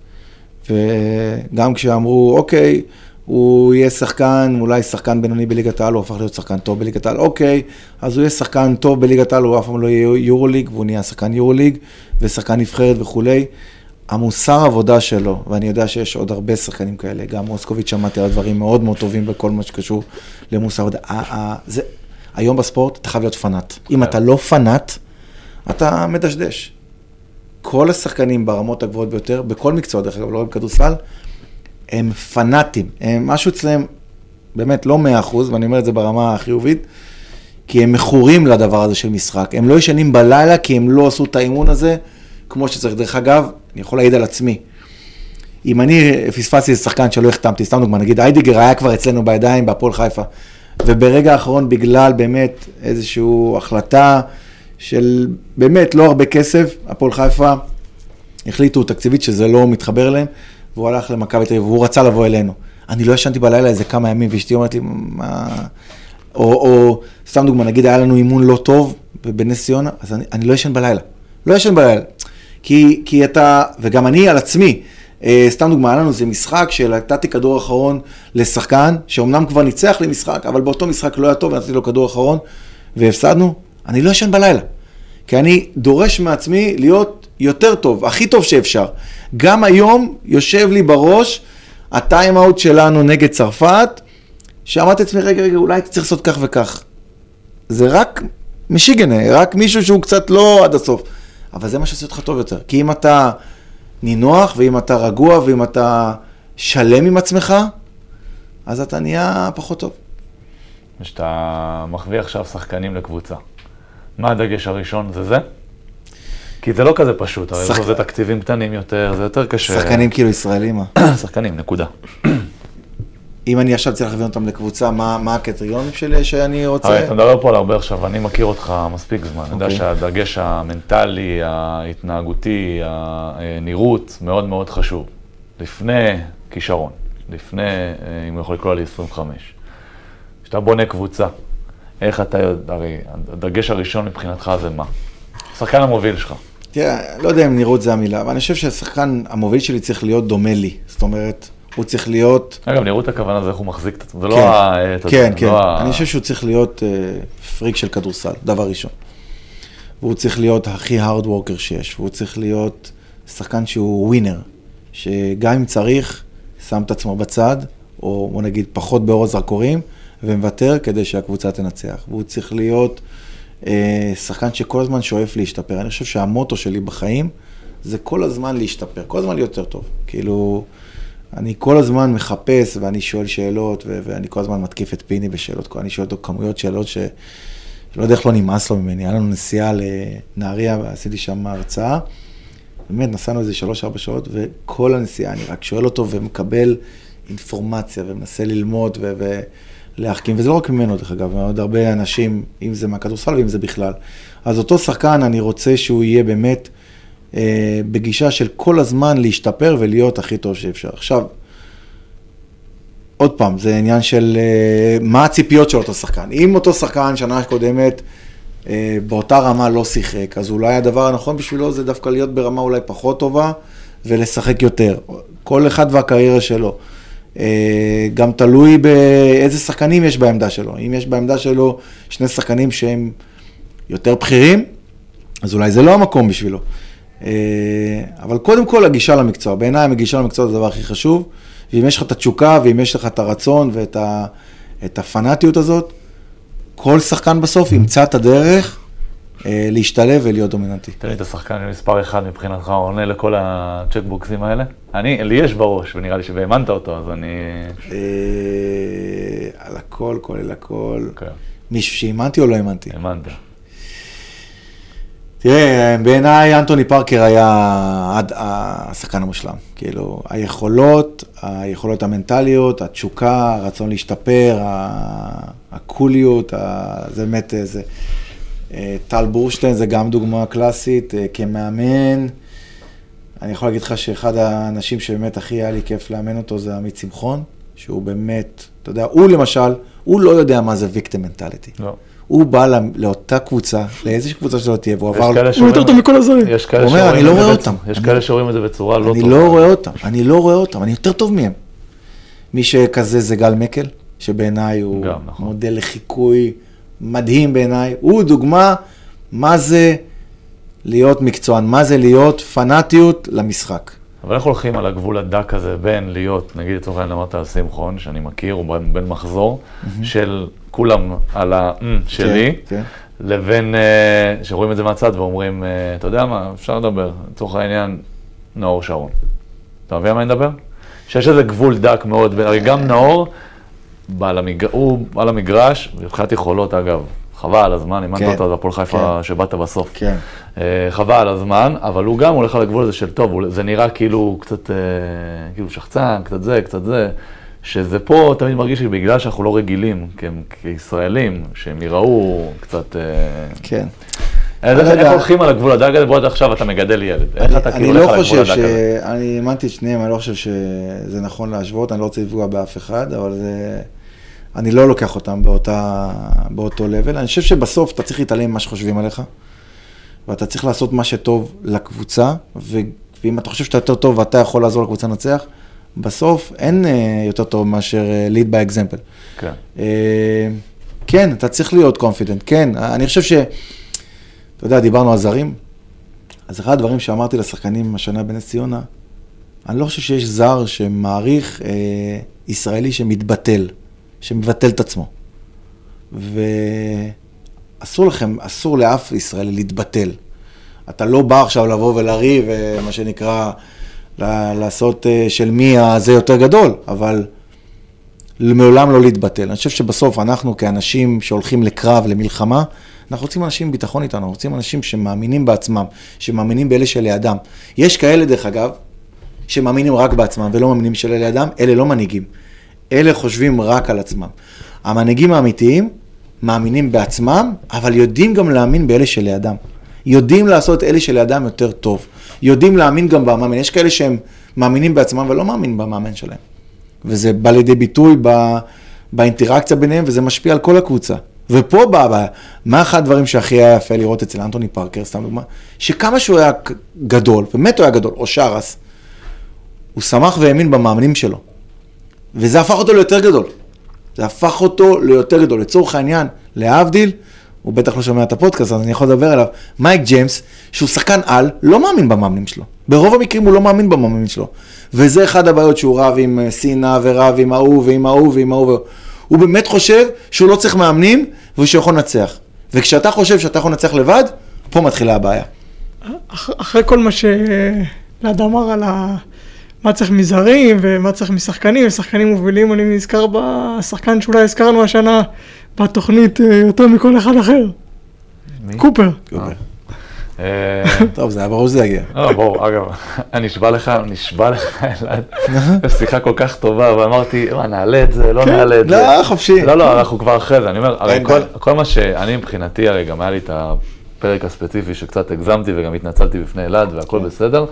וגם כשאמרו, אוקיי, הוא יהיה שחקן, אולי שחקן בינוני בליגת העל, הוא הפך להיות שחקן טוב בליגת העל, אוקיי, אז הוא יהיה שחקן טוב בליגת העל, הוא אף פעם לא יהיה יורוליג, והוא נהיה שחקן יורוליג, ושחקן נבחרת וכולי. המוסר עבודה שלו, ואני יודע שיש עוד הרבה שחקנים כאלה, גם מוסקוביץ' שמעתי על דברים מאוד מאוד טובים בכל מה שקשור למוסר עבודה. זה, היום בספורט אתה חייב להיות פנאט. אם אתה לא פנאט, אתה מדשדש. כל השחקנים ברמות הגבוהות ביותר, בכל מקצוע, דרך אגב, לא רק בכדורסל, הם פנאטים, הם משהו אצלם, באמת לא מאה אחוז, ואני אומר את זה ברמה החיובית, כי הם מכורים לדבר הזה של משחק. הם לא ישנים בלילה, כי הם לא עשו את האימון הזה, כמו שצריך. דרך אגב, אני יכול להעיד על עצמי. אם אני פספסתי שחקן שלא החתמתי, סתם דוגמה, נגיד, איידיגר היה כבר אצלנו בידיים, בהפועל חיפה, וברגע האחרון, בגלל באמת איזושהי החלטה של באמת לא הרבה כסף, הפועל חיפה החליטו תקציבית שזה לא מתחבר אליהם, והוא הלך למכבי תל אביב, והוא רצה לבוא אלינו. אני לא ישנתי בלילה איזה כמה ימים, ואשתי אומרת לי, מה... או, או סתם דוגמה, נגיד, היה לנו אימון לא טוב בנס ציונה, אז אני, אני לא ישן בלילה. לא ישן בלילה. כי, כי אתה, וגם אני על עצמי, סתם דוגמה, היה לנו זה משחק שלקחתי כדור אחרון לשחקן, שאומנם כבר ניצח לי משחק, אבל באותו משחק לא היה טוב, ונתתי לו כדור אחרון, והפסדנו. אני לא ישן בלילה. כי אני דורש מעצמי להיות יותר טוב, הכי טוב שאפשר. גם היום יושב לי בראש, הטיים-אאוט שלנו נגד צרפת, שאמרתי עצמי, רגע, רגע, אולי צריך לעשות כך וכך. זה רק משיגנה, רק מישהו שהוא קצת לא עד הסוף. אבל זה מה שעושה אותך טוב יותר. כי אם אתה נינוח, ואם אתה רגוע, ואם אתה שלם עם עצמך, אז אתה נהיה פחות טוב. ושאתה מחביא עכשיו שחקנים לקבוצה. מה הדגש הראשון? זה זה? כי זה לא כזה פשוט, הרי שחק... זה תקציבים קטנים יותר, זה יותר קשה. שחקנים כאילו ישראלים, שחקנים, נקודה. אם אני עכשיו צריך להביא אותם לקבוצה, מה, מה הקריטריונים שלי שאני רוצה? הרי אתה מדבר פה על הרבה עכשיו, אני מכיר אותך מספיק זמן. אני יודע שהדגש המנטלי, ההתנהגותי, הנראות, מאוד מאוד חשוב. לפני כישרון, לפני, אם יכול לקרוא לי עשרים וחמש. כשאתה בונה קבוצה, איך אתה יודע, הרי הדגש הראשון מבחינתך זה מה? השחקן המוביל שלך. תראה, לא יודע אם נראות זה המילה, אבל אני חושב שהשחקן המוביל שלי צריך להיות דומה לי. זאת אומרת, הוא צריך להיות... אגב, נראות הכוונה זה איך הוא מחזיק את עצמו, זה כן, לא ה... כן, כן. אני חושב שהוא צריך להיות פריק של כדורסל, דבר ראשון. והוא צריך להיות הכי hard worker שיש, והוא צריך להיות שחקן שהוא ווינר, שגם אם צריך, שם את עצמו בצד, או בוא נגיד פחות באור הזרקורים, ומוותר כדי שהקבוצה תנצח. והוא צריך להיות אה, שחקן שכל הזמן שואף להשתפר. אני חושב שהמוטו שלי בחיים זה כל הזמן להשתפר, כל הזמן להיות יותר טוב. כאילו, אני כל הזמן מחפש ואני שואל שאלות, ו- ואני כל הזמן מתקיף את פיני בשאלות. אני שואל אותו כמויות שאלות ש... שלא יודע איך לא נמאס לו ממני. היה לנו נסיעה לנהריה ועשיתי שם הרצאה. באמת, נסענו איזה שלוש, ארבע שעות, וכל הנסיעה אני רק שואל אותו ומקבל אינפורמציה ומנסה ללמוד ו... ו- להחכים, וזה לא רק ממנו דרך אגב, מאוד הרבה אנשים, אם זה מהכדורסל ואם זה בכלל. אז אותו שחקן, אני רוצה שהוא יהיה באמת אה, בגישה של כל הזמן להשתפר ולהיות הכי טוב שאפשר. עכשיו, עוד פעם, זה עניין של אה, מה הציפיות של אותו שחקן. אם אותו שחקן שנה קודמת אה, באותה רמה לא שיחק, אז אולי הדבר הנכון בשבילו זה דווקא להיות ברמה אולי פחות טובה ולשחק יותר. כל אחד והקריירה שלו. גם תלוי באיזה שחקנים יש בעמדה שלו. אם יש בעמדה שלו שני שחקנים שהם יותר בכירים, אז אולי זה לא המקום בשבילו. אבל קודם כל הגישה למקצוע. בעיניי הגישה למקצוע זה הדבר הכי חשוב, ואם יש לך את התשוקה, ואם יש לך את הרצון ואת ה, את הפנאטיות הזאת, כל שחקן בסוף ימצא את הדרך אה, להשתלב ולהיות דומיננטי. תן לי את השחקן מספר אחד מבחינתך, עונה לכל הצ'קבוקסים האלה. אני, לי יש בראש, ונראה לי שהאמנת אותו, אז אני... אה, על הכל, כולל הכל. כן. מישהו שהאמנתי או לא האמנתי? האמנת. תראה, בעיניי אנטוני פארקר היה עד השחקן המושלם. כאילו, היכולות, היכולות המנטליות, התשוקה, הרצון להשתפר, הקוליות, זה באמת זה. טל בורשטיין זה גם דוגמה קלאסית, כמאמן. אני יכול להגיד לך שאחד האנשים שבאמת הכי היה לי כיף לאמן אותו זה עמית שמחון, שהוא באמת, אתה יודע, הוא למשל, הוא לא יודע מה זה ויקטים מנטליטי. לא. הוא בא לא, לאותה קבוצה, לאיזושהי קבוצה שלא תהיה, והוא עבר... הוא יותר טוב מכל הזרים. הוא אומר, אני לא רואה אותם. יש כאלה שרואים את זה בצורה לא טובה. אני לא רואה אותם, אני לא רואה אותם, אני יותר טוב מהם. מי שכזה זה גל מקל, שבעיניי הוא מודל לחיקוי מדהים בעיניי. הוא דוגמה מה זה להיות מקצוען, מה זה להיות פנאטיות למשחק. אבל איך הולכים על הגבול הדק הזה בין להיות, נגיד לצורך העניין אמרת על שמחון, שאני מכיר, הוא בין מחזור, של כולם על ה-מ שלי, לבין שרואים את זה מהצד ואומרים, אתה יודע מה, אפשר לדבר, לצורך העניין, נאור שרון. אתה מבין מה אני מדבר? שיש איזה גבול דק מאוד, הרי גם נאור, הוא על המגרש, מבחינת יכולות אגב, חבל על הזמן, אימנת אותו, זה הפועל חיפה שבאת בסוף. חבל על הזמן, אבל הוא גם הולך על הגבול הזה של טוב, זה נראה כאילו קצת, כאילו שחצן, קצת זה, קצת זה, שזה פה תמיד מרגיש שבגלל שאנחנו לא רגילים, כישראלים, שהם יראו קצת... כן. איך הולכים על הגבול הדק הזה, ועוד עכשיו אתה מגדל ילד? איך אתה כאילו הולך על הגבול הדק הזה? אני האמנתי את שניהם, אני לא חושב שזה נכון להשוות, אני לא רוצה לפגוע באף אחד, אבל זה... אני לא לוקח אותם באותה, באותו לבל. אני חושב שבסוף אתה צריך להתעלם ממה שחושבים עליך, ואתה צריך לעשות מה שטוב לקבוצה, ואם אתה חושב שאתה יותר טוב ואתה יכול לעזור לקבוצה לנצח, בסוף אין יותר טוב מאשר lead by example. כן. כן, אתה צריך להיות confident, כן. אני חושב ש... אתה יודע, דיברנו על זרים, אז אחד הדברים שאמרתי לשחקנים השנה בנס ציונה, אני לא חושב שיש זר שמעריך אה, ישראלי שמתבטל, שמבטל את עצמו. ואסור לכם, אסור לאף ישראלי להתבטל. אתה לא בא עכשיו לבוא ולריב, מה שנקרא, לעשות של מי זה יותר גדול, אבל מעולם לא להתבטל. אני חושב שבסוף אנחנו כאנשים שהולכים לקרב, למלחמה, אנחנו רוצים אנשים עם ביטחון איתנו, אנחנו רוצים אנשים שמאמינים בעצמם, שמאמינים באלה שלידם. יש כאלה דרך אגב, שמאמינים רק בעצמם ולא מאמינים שלידם, אלה לא מנהיגים. אלה חושבים רק על עצמם. המנהיגים האמיתיים מאמינים בעצמם, אבל יודעים גם להאמין באלה שלידם. יודעים לעשות אלה שלידם יותר טוב. יודעים להאמין גם במאמן. יש כאלה שהם מאמינים בעצמם ולא מאמינים במאמן שלהם. וזה בא לידי ביטוי בא, באינטראקציה ביניהם, וזה משפיע על כל הקבוצה. ופה בא, מה אחד הדברים שהכי היה יפה לראות אצל אנטוני פארקר, סתם דוגמה, שכמה שהוא היה גדול, באמת הוא היה גדול, או שרס, הוא שמח והאמין במאמנים שלו. וזה הפך אותו ליותר גדול. זה הפך אותו ליותר גדול. לצורך העניין, להבדיל, הוא בטח לא שומע את הפודקאסט, אז אני יכול לדבר עליו, מייק ג'יימס, שהוא שחקן על, לא מאמין במאמנים שלו. ברוב המקרים הוא לא מאמין במאמנים שלו. וזה אחד הבעיות שהוא רב עם סינה ורב עם ההוא ועם ההוא ועם ההוא. הוא באמת חושב שהוא לא צריך מאמנים ושהוא יכול לנצח. וכשאתה חושב שאתה יכול לנצח לבד, פה מתחילה הבעיה. אח, אחרי כל מה שלאד אמר על ה... מה צריך מזרים ומה צריך משחקנים, ושחקנים מובילים, אני נזכר בשחקן שאולי הזכרנו השנה בתוכנית יותר מכל אחד אחר. מי? קופר. קופר. טוב, זה היה ברור שזה יגיע. לא, ברור, אגב, אני נשבע לך, נשבע לך, אלעד, שיחה כל כך טובה, ואמרתי, מה, נעלה את זה, לא נעלה את זה. לא, חופשי. לא, לא, אנחנו כבר אחרי זה, אני אומר, הרי כל מה שאני מבחינתי, הרי גם היה לי את הפרק הספציפי שקצת הגזמתי, וגם התנצלתי בפני אלעד, והכל בסדר.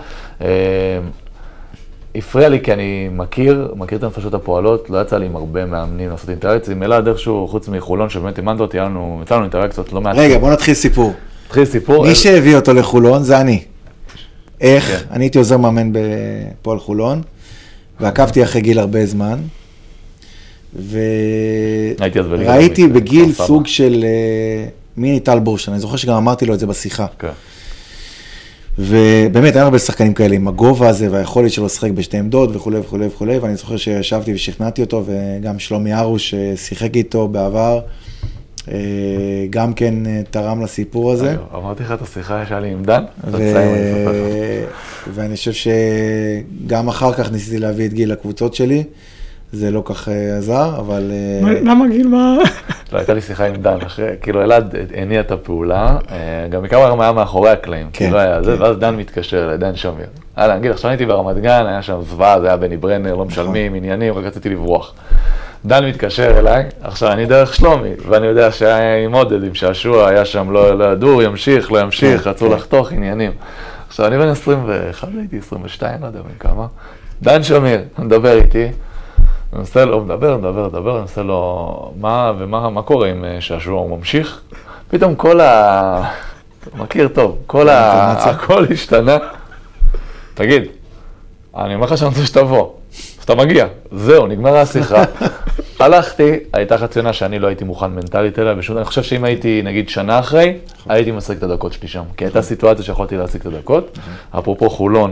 הפריע לי כי אני מכיר, מכיר את הנפשות הפועלות, לא יצא לי עם הרבה מאמנים לעשות אינטראקציה, עם אלעד איכשהו, חוץ מחולון, שבאמת אימנת אותי, יצאנו אינטראקציות לא מעט. רגע, בוא נתחיל סיפור. נתחיל סיפור. מי שהביא אותו לחולון זה אני. איך? אני הייתי עוזר מאמן בפועל חולון, ועקבתי אחרי גיל הרבה זמן, וראיתי בגיל סוג של מיני טל בורשטיין, אני זוכר שגם אמרתי לו את זה בשיחה. ובאמת, היה הרבה שחקנים כאלה עם הגובה הזה, והיכולת שלו לשחק בשתי עמדות וכו' וכו' וכו', ואני זוכר שישבתי ושכנעתי אותו, וגם שלומי ארוש שיחק איתו בעבר, גם כן תרם לסיפור הזה. אמרתי לך את השיחה שהיה לי עם דן, ואני חושב שגם אחר כך ניסיתי להביא את גיל לקבוצות שלי, זה לא כך עזר, אבל... למה גיל, מה? לא, הייתה לי שיחה עם דן, כאילו אלעד הניע את הפעולה, גם מכמה רמה היה מאחורי הקלעים, כאילו היה זה, ואז דן מתקשר לדן שמיר. הלאה, גיל, עכשיו הייתי ברמת גן, היה שם זוועה, זה היה בני ברנר, לא משלמים, עניינים, רק רציתי לברוח. דן מתקשר אליי, עכשיו אני דרך שלומי, ואני יודע שהיה עם עודד, עם שעשוע, היה שם לא ידור, ימשיך, לא ימשיך, רצו לחתוך עניינים. עכשיו אני בן עשרים ואחת, הייתי עשרים ושתיים, לא יודע מכמה. דן שמיר, מדבר איתי, אני עושה לו, מדבר, מדבר, מדבר, אני עושה לו, מה ומה מה קורה עם שעשוע, הוא ממשיך? פתאום כל ה... מכיר טוב, כל ה... הכל השתנה. תגיד, אני אומר לך שאני רוצה שתבוא. אתה מגיע, זהו, נגמרה השיחה. הלכתי, הייתה חציונה שאני לא הייתי מוכן מנטלית אליה, ושום, אני חושב שאם הייתי, נגיד, שנה אחרי, הייתי משיג את הדקות שלי שם. כי הייתה סיטואציה שיכולתי להשיג את הדקות. אפרופו חולון,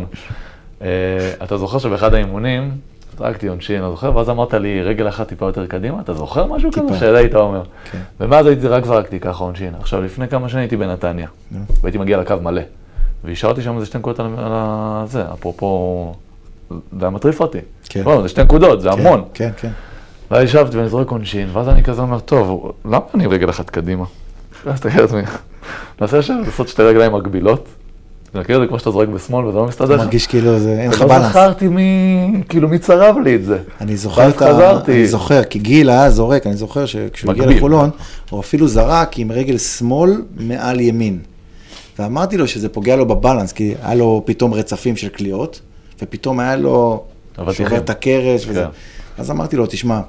אתה זוכר שבאחד האימונים, זרקתי עונשין, אני זוכר, ואז אמרת לי, רגל אחת טיפה יותר קדימה, אתה זוכר משהו כזה? שאלה היית אומר. ומאז הייתי רק זרקתי ככה עונשין. עכשיו, לפני כמה שנים הייתי בנתניה, והייתי מגיע לקו מלא. והשארתי שם איזה שתי נקודות על זה, אפרופו... זה היה מטריף אותי. כן. זה שתי נקודות, זה המון. כן, כן. ואז ישבתי ואני זורק עונשין, ואז אני כזה אומר, טוב, למה אני רגל אחת קדימה? אז תגיד לעצמי, נעשה עכשיו לעשות שתי רגליים מקבילות, ונכיר את זה כמו שאתה זורק בשמאל וזה לא מסתדר. אתה מרגיש כאילו, אין לך בלנס. לא זכרתי מי, כאילו מי צרב לי את זה. אני זוכר, אני זוכר, כי גיל היה זורק, אני זוכר שכשהוא הגיע לחולון, הוא אפילו זרק עם רגל שמאל מעל ימין. ואמרתי לו שזה פוגע לו בבלנס, כי היה לו פתאום רצפים של קליעות, ופתאום היה לו שובר את הקרש וזה. אז אמרתי לו, תשמע,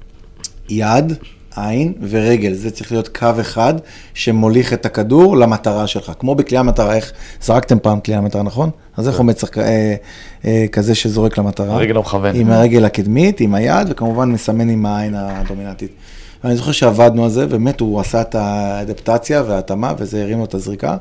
יד, עין ורגל, זה צריך להיות קו אחד שמוליך את הכדור למטרה שלך. כמו בכלי המטרה, איך זרקתם פעם כלי המטרה, נכון? אז איך עומד כזה שזורק למטרה? הרגל המכוון. עם הרגל הקדמית, עם היד, וכמובן מסמן עם העין הדומיננטית. ואני זוכר שעבדנו על זה, ובאמת הוא עשה את האדפטציה וההתאמה, וזה הרים לו את הזריקה.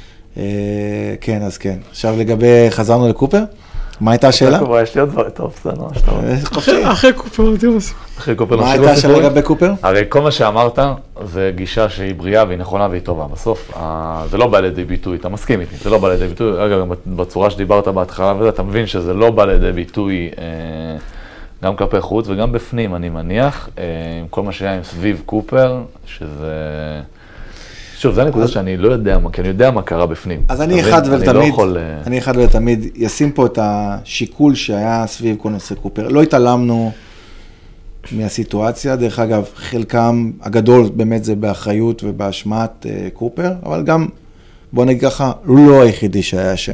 כן, אז כן. עכשיו לגבי, חזרנו לקופר? מה הייתה השאלה? יש לי עוד דבר, טוב, זה לא, שאתה אומר. אחרי קופר, תירוס. אחרי קופר. מה הייתה השאלה לגבי קופר? הרי כל מה שאמרת, זה גישה שהיא בריאה והיא נכונה והיא טובה. בסוף, זה לא בא לידי ביטוי, אתה מסכים איתי, זה לא בא לידי ביטוי. אגב, בצורה שדיברת בהתחלה וזה, אתה מבין שזה לא בא לידי ביטוי גם כלפי חוץ וגם בפנים, אני מניח, עם כל מה שהיה עם סביב קופר, שזה... שוב, זו הנקודה שאני לא יודע, כי אני יודע מה קרה בפנים. אז אני אחד ולתמיד, אני אחד ולתמיד, ישים פה את השיקול שהיה סביב כל נושא קופר. לא התעלמנו מהסיטואציה, דרך אגב, חלקם הגדול באמת זה באחריות ובאשמת קופר, אבל גם, בוא נגיד ככה, לא היחידי שהיה שם.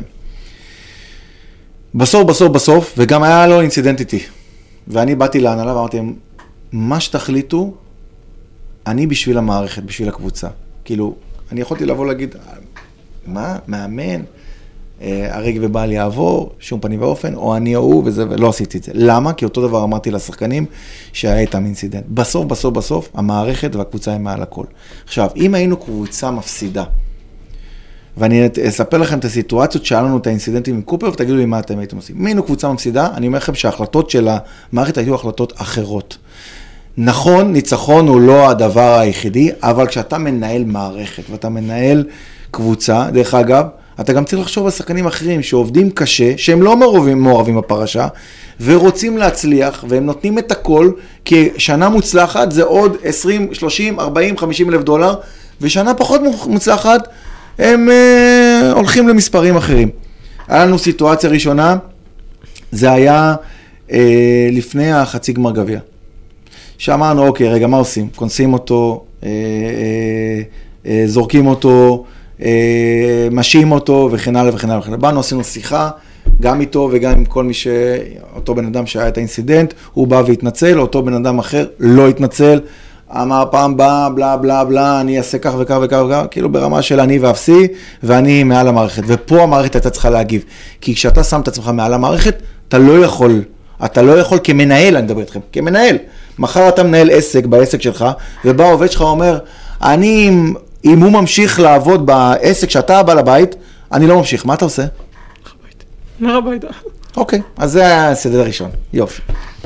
בסוף, בסוף, בסוף, וגם היה לו אינסידנט איתי. ואני באתי להנהלה ואמרתי, מה שתחליטו, אני בשביל המערכת, בשביל הקבוצה. כאילו, אני יכולתי לבוא להגיד, מה? מאמן? הרג ובעל יעבור, שום פנים ואופן, או אני או הוא, וזה, ולא עשיתי את זה. למה? כי אותו דבר אמרתי לשחקנים שהיה איתם אינסידנט. בסוף, בסוף, בסוף, המערכת והקבוצה הם מעל הכל. עכשיו, אם היינו קבוצה מפסידה, ואני אספר לכם את הסיטואציות שהיה לנו את האינסידנטים עם קופר, ותגידו לי מה אתם הייתם עושים. אם היינו קבוצה מפסידה, אני אומר לכם שההחלטות של המערכת היו החלטות אחרות. נכון, ניצחון הוא לא הדבר היחידי, אבל כשאתה מנהל מערכת ואתה מנהל קבוצה, דרך אגב, אתה גם צריך לחשוב על שחקנים אחרים שעובדים קשה, שהם לא מעורבים, מעורבים בפרשה, ורוצים להצליח, והם נותנים את הכל, כי שנה מוצלחת זה עוד עשרים, שלושים, ארבעים, חמישים אלף דולר, ושנה פחות מוצלחת, הם אה, הולכים למספרים אחרים. היה לנו סיטואציה ראשונה, זה היה אה, לפני החצי גמר גביע. שאמרנו, אוקיי, רגע, מה עושים? כונסים אותו, אה, אה, אה, זורקים אותו, אה, משים אותו, וכן הלאה וכן הלאה וכן הלאה. באנו, עשינו שיחה, גם איתו וגם עם כל מי ש... אותו בן אדם שהיה את האינסידנט, הוא בא והתנצל, אותו בן אדם אחר לא התנצל, אמר פעם בא, בלה בלה בלה, אני אעשה כך וכך וכך וכך, כאילו ברמה של אני ואפסי, ואני מעל המערכת. ופה המערכת הייתה צריכה להגיב. כי כשאתה שם את עצמך מעל המערכת, אתה לא יכול, אתה לא יכול כמנהל, אני מדבר איתכם, כמנהל. מחר אתה מנהל עסק בעסק שלך, ובא עובד שלך אומר, אני, אם הוא ממשיך לעבוד בעסק שאתה בא לבית, אני לא ממשיך. מה אתה עושה? נראה הביתה. אוקיי, אז זה הסדר הראשון. יופי.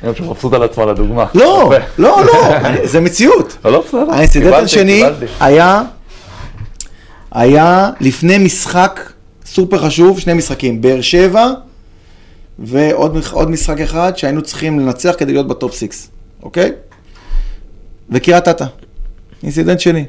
הם שמבסוט על עצמה לדוגמה. לא, לא, לא, זה מציאות. לא, בסדר. האינסידנט השני היה, היה לפני משחק סופר חשוב, שני משחקים, באר שבע, ועוד משחק אחד שהיינו צריכים לנצח כדי להיות בטופ סיקס, אוקיי? וקריית אתא, אינסידנט שני.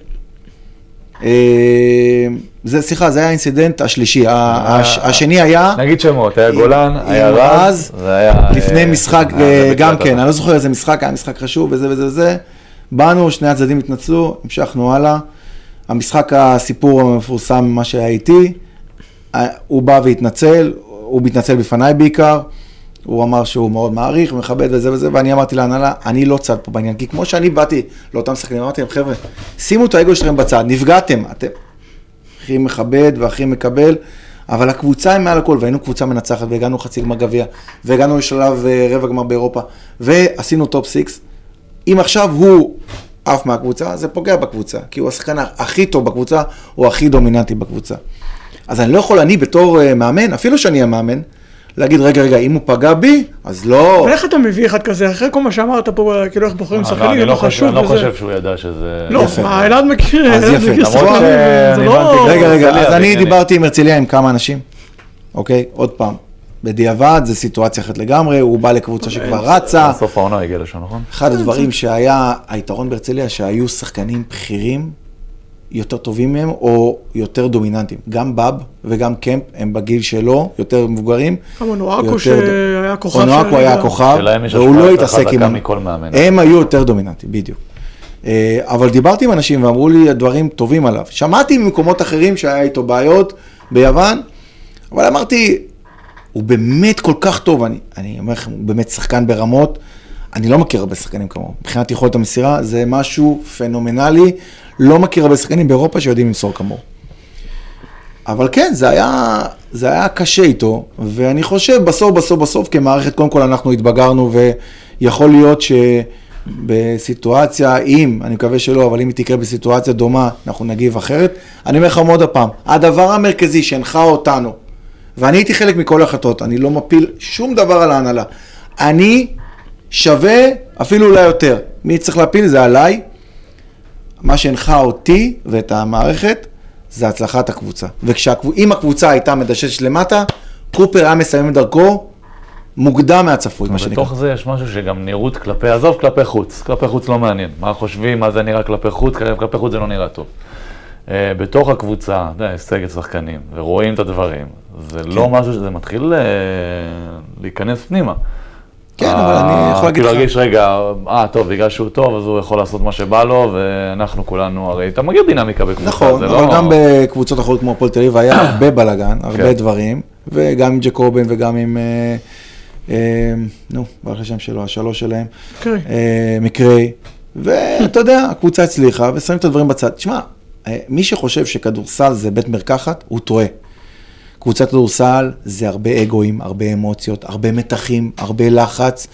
זה, סליחה, זה היה האינסידנט השלישי, השני היה... נגיד שמות, היה גולן, היה רז, לפני משחק, גם כן, אני לא זוכר איזה משחק, היה משחק חשוב וזה וזה וזה, באנו, שני הצדדים התנצלו, המשכנו הלאה, המשחק הסיפור המפורסם, מה שהיה איתי, הוא בא והתנצל, הוא מתנצל בפניי בעיקר, הוא אמר שהוא מאוד מעריך, מכבד וזה וזה, ואני אמרתי להנהלה, אני לא צד פה בעניין, כי כמו שאני באתי לאותם שחקנים, אמרתי להם, חבר'ה, שימו את האגו שלכם בצד, נפגעתם, אתם הכי מכבד והכי מקבל, אבל הקבוצה היא מעל הכל, והיינו קבוצה מנצחת, והגענו חצי גמר גביע, והגענו לשלב רבע גמר באירופה, ועשינו טופ סיקס. אם עכשיו הוא אף מהקבוצה, זה פוגע בקבוצה, כי הוא השחקן הכי טוב בקבוצה, הוא הכי דומיננטי בקבוצה. אז אני לא יכול, אני בתור מאמן, אפילו שאני המאמן, להגיד, רגע, רגע, אם הוא פגע בי, אז לא... אבל איך אתה מביא אחד כזה, אחרי כל מה שאמרת פה, כאילו איך בוחרים שחקנים, זה לא חשוב. אני לא חושב שהוא ידע שזה... לא, מה, אלעד מכיר, אז יפה. רגע, רגע, אז אני דיברתי עם הרצליה עם כמה אנשים, אוקיי? עוד פעם, בדיעבד, זו סיטואציה אחרת לגמרי, הוא בא לקבוצה שכבר רצה. בסוף העונה הגיע לשם, נכון? אחד הדברים שהיה, היתרון בהרצליה, שהיו שחקנים בכירים, יותר טובים מהם, או יותר דומיננטיים. גם בב וגם קמפ, הם בגיל שלו, יותר מבוגרים. גם אונואקו שהיה כוכב. אונואקו היה כוכב, והוא לא התעסק עם... הם היו יותר דומיננטיים, בדיוק. אבל דיברתי עם אנשים ואמרו לי דברים טובים עליו. שמעתי ממקומות אחרים שהיה איתו בעיות ביוון, אבל אמרתי, הוא באמת כל כך טוב, אני, אני אומר לכם, הוא באמת שחקן ברמות, אני לא מכיר הרבה שחקנים כמוהו. מבחינת יכולת המסירה, זה משהו פנומנלי, לא מכיר הרבה שחקנים באירופה שיודעים למסור כמוהו. אבל כן, זה היה, זה היה קשה איתו, ואני חושב בסוף, בסוף, בסוף, כמערכת, קודם כל אנחנו התבגרנו, ויכול להיות שבסיטואציה, אם, אני מקווה שלא, אבל אם היא תקרה בסיטואציה דומה, אנחנו נגיב אחרת. אני אומר לך עוד הפעם, הדבר המרכזי שהנחה אותנו, ואני הייתי חלק מכל ההחלטות, אני לא מפיל שום דבר על ההנהלה. אני שווה אפילו אולי יותר. מי צריך להפיל? זה עליי. מה שהנחה אותי ואת המערכת, זה הצלחת הקבוצה. ואם הקבוצה הייתה מדששת למטה, קופר היה מסיים את דרכו מוקדם מהצפוי, מה שנקרא. בתוך זה יש משהו שגם נראות כלפי, עזוב כלפי חוץ. כלפי חוץ לא מעניין. מה חושבים, מה זה נראה כלפי חוץ, כלפי חוץ זה לא נראה טוב. בתוך הקבוצה, אתה יודע, סגל שחקנים, ורואים את הדברים. זה לא משהו שזה מתחיל להיכנס פנימה. כן, אבל אני יכול להגיד לך... כאילו להרגיש רגע, אה, טוב, בגלל שהוא טוב, אז הוא יכול לעשות מה שבא לו, ואנחנו כולנו, הרי אתה מכיר דינמיקה בקבוצה, נכון, אבל גם בקבוצות אחרות כמו הפועל תל אביב היה הרבה בלגן, הרבה דברים, וגם עם ג'קובן וגם עם, נו, ברח לשם שלו, השלוש שלהם, מקרי, ואתה יודע, הקבוצה הצליחה, ושמים את הדברים בצד. תשמע, מי שחושב שכדורסל זה בית מרקחת, הוא טועה. קבוצת כדורסל זה הרבה אגואים, הרבה אמוציות, הרבה מתחים, הרבה לחץ,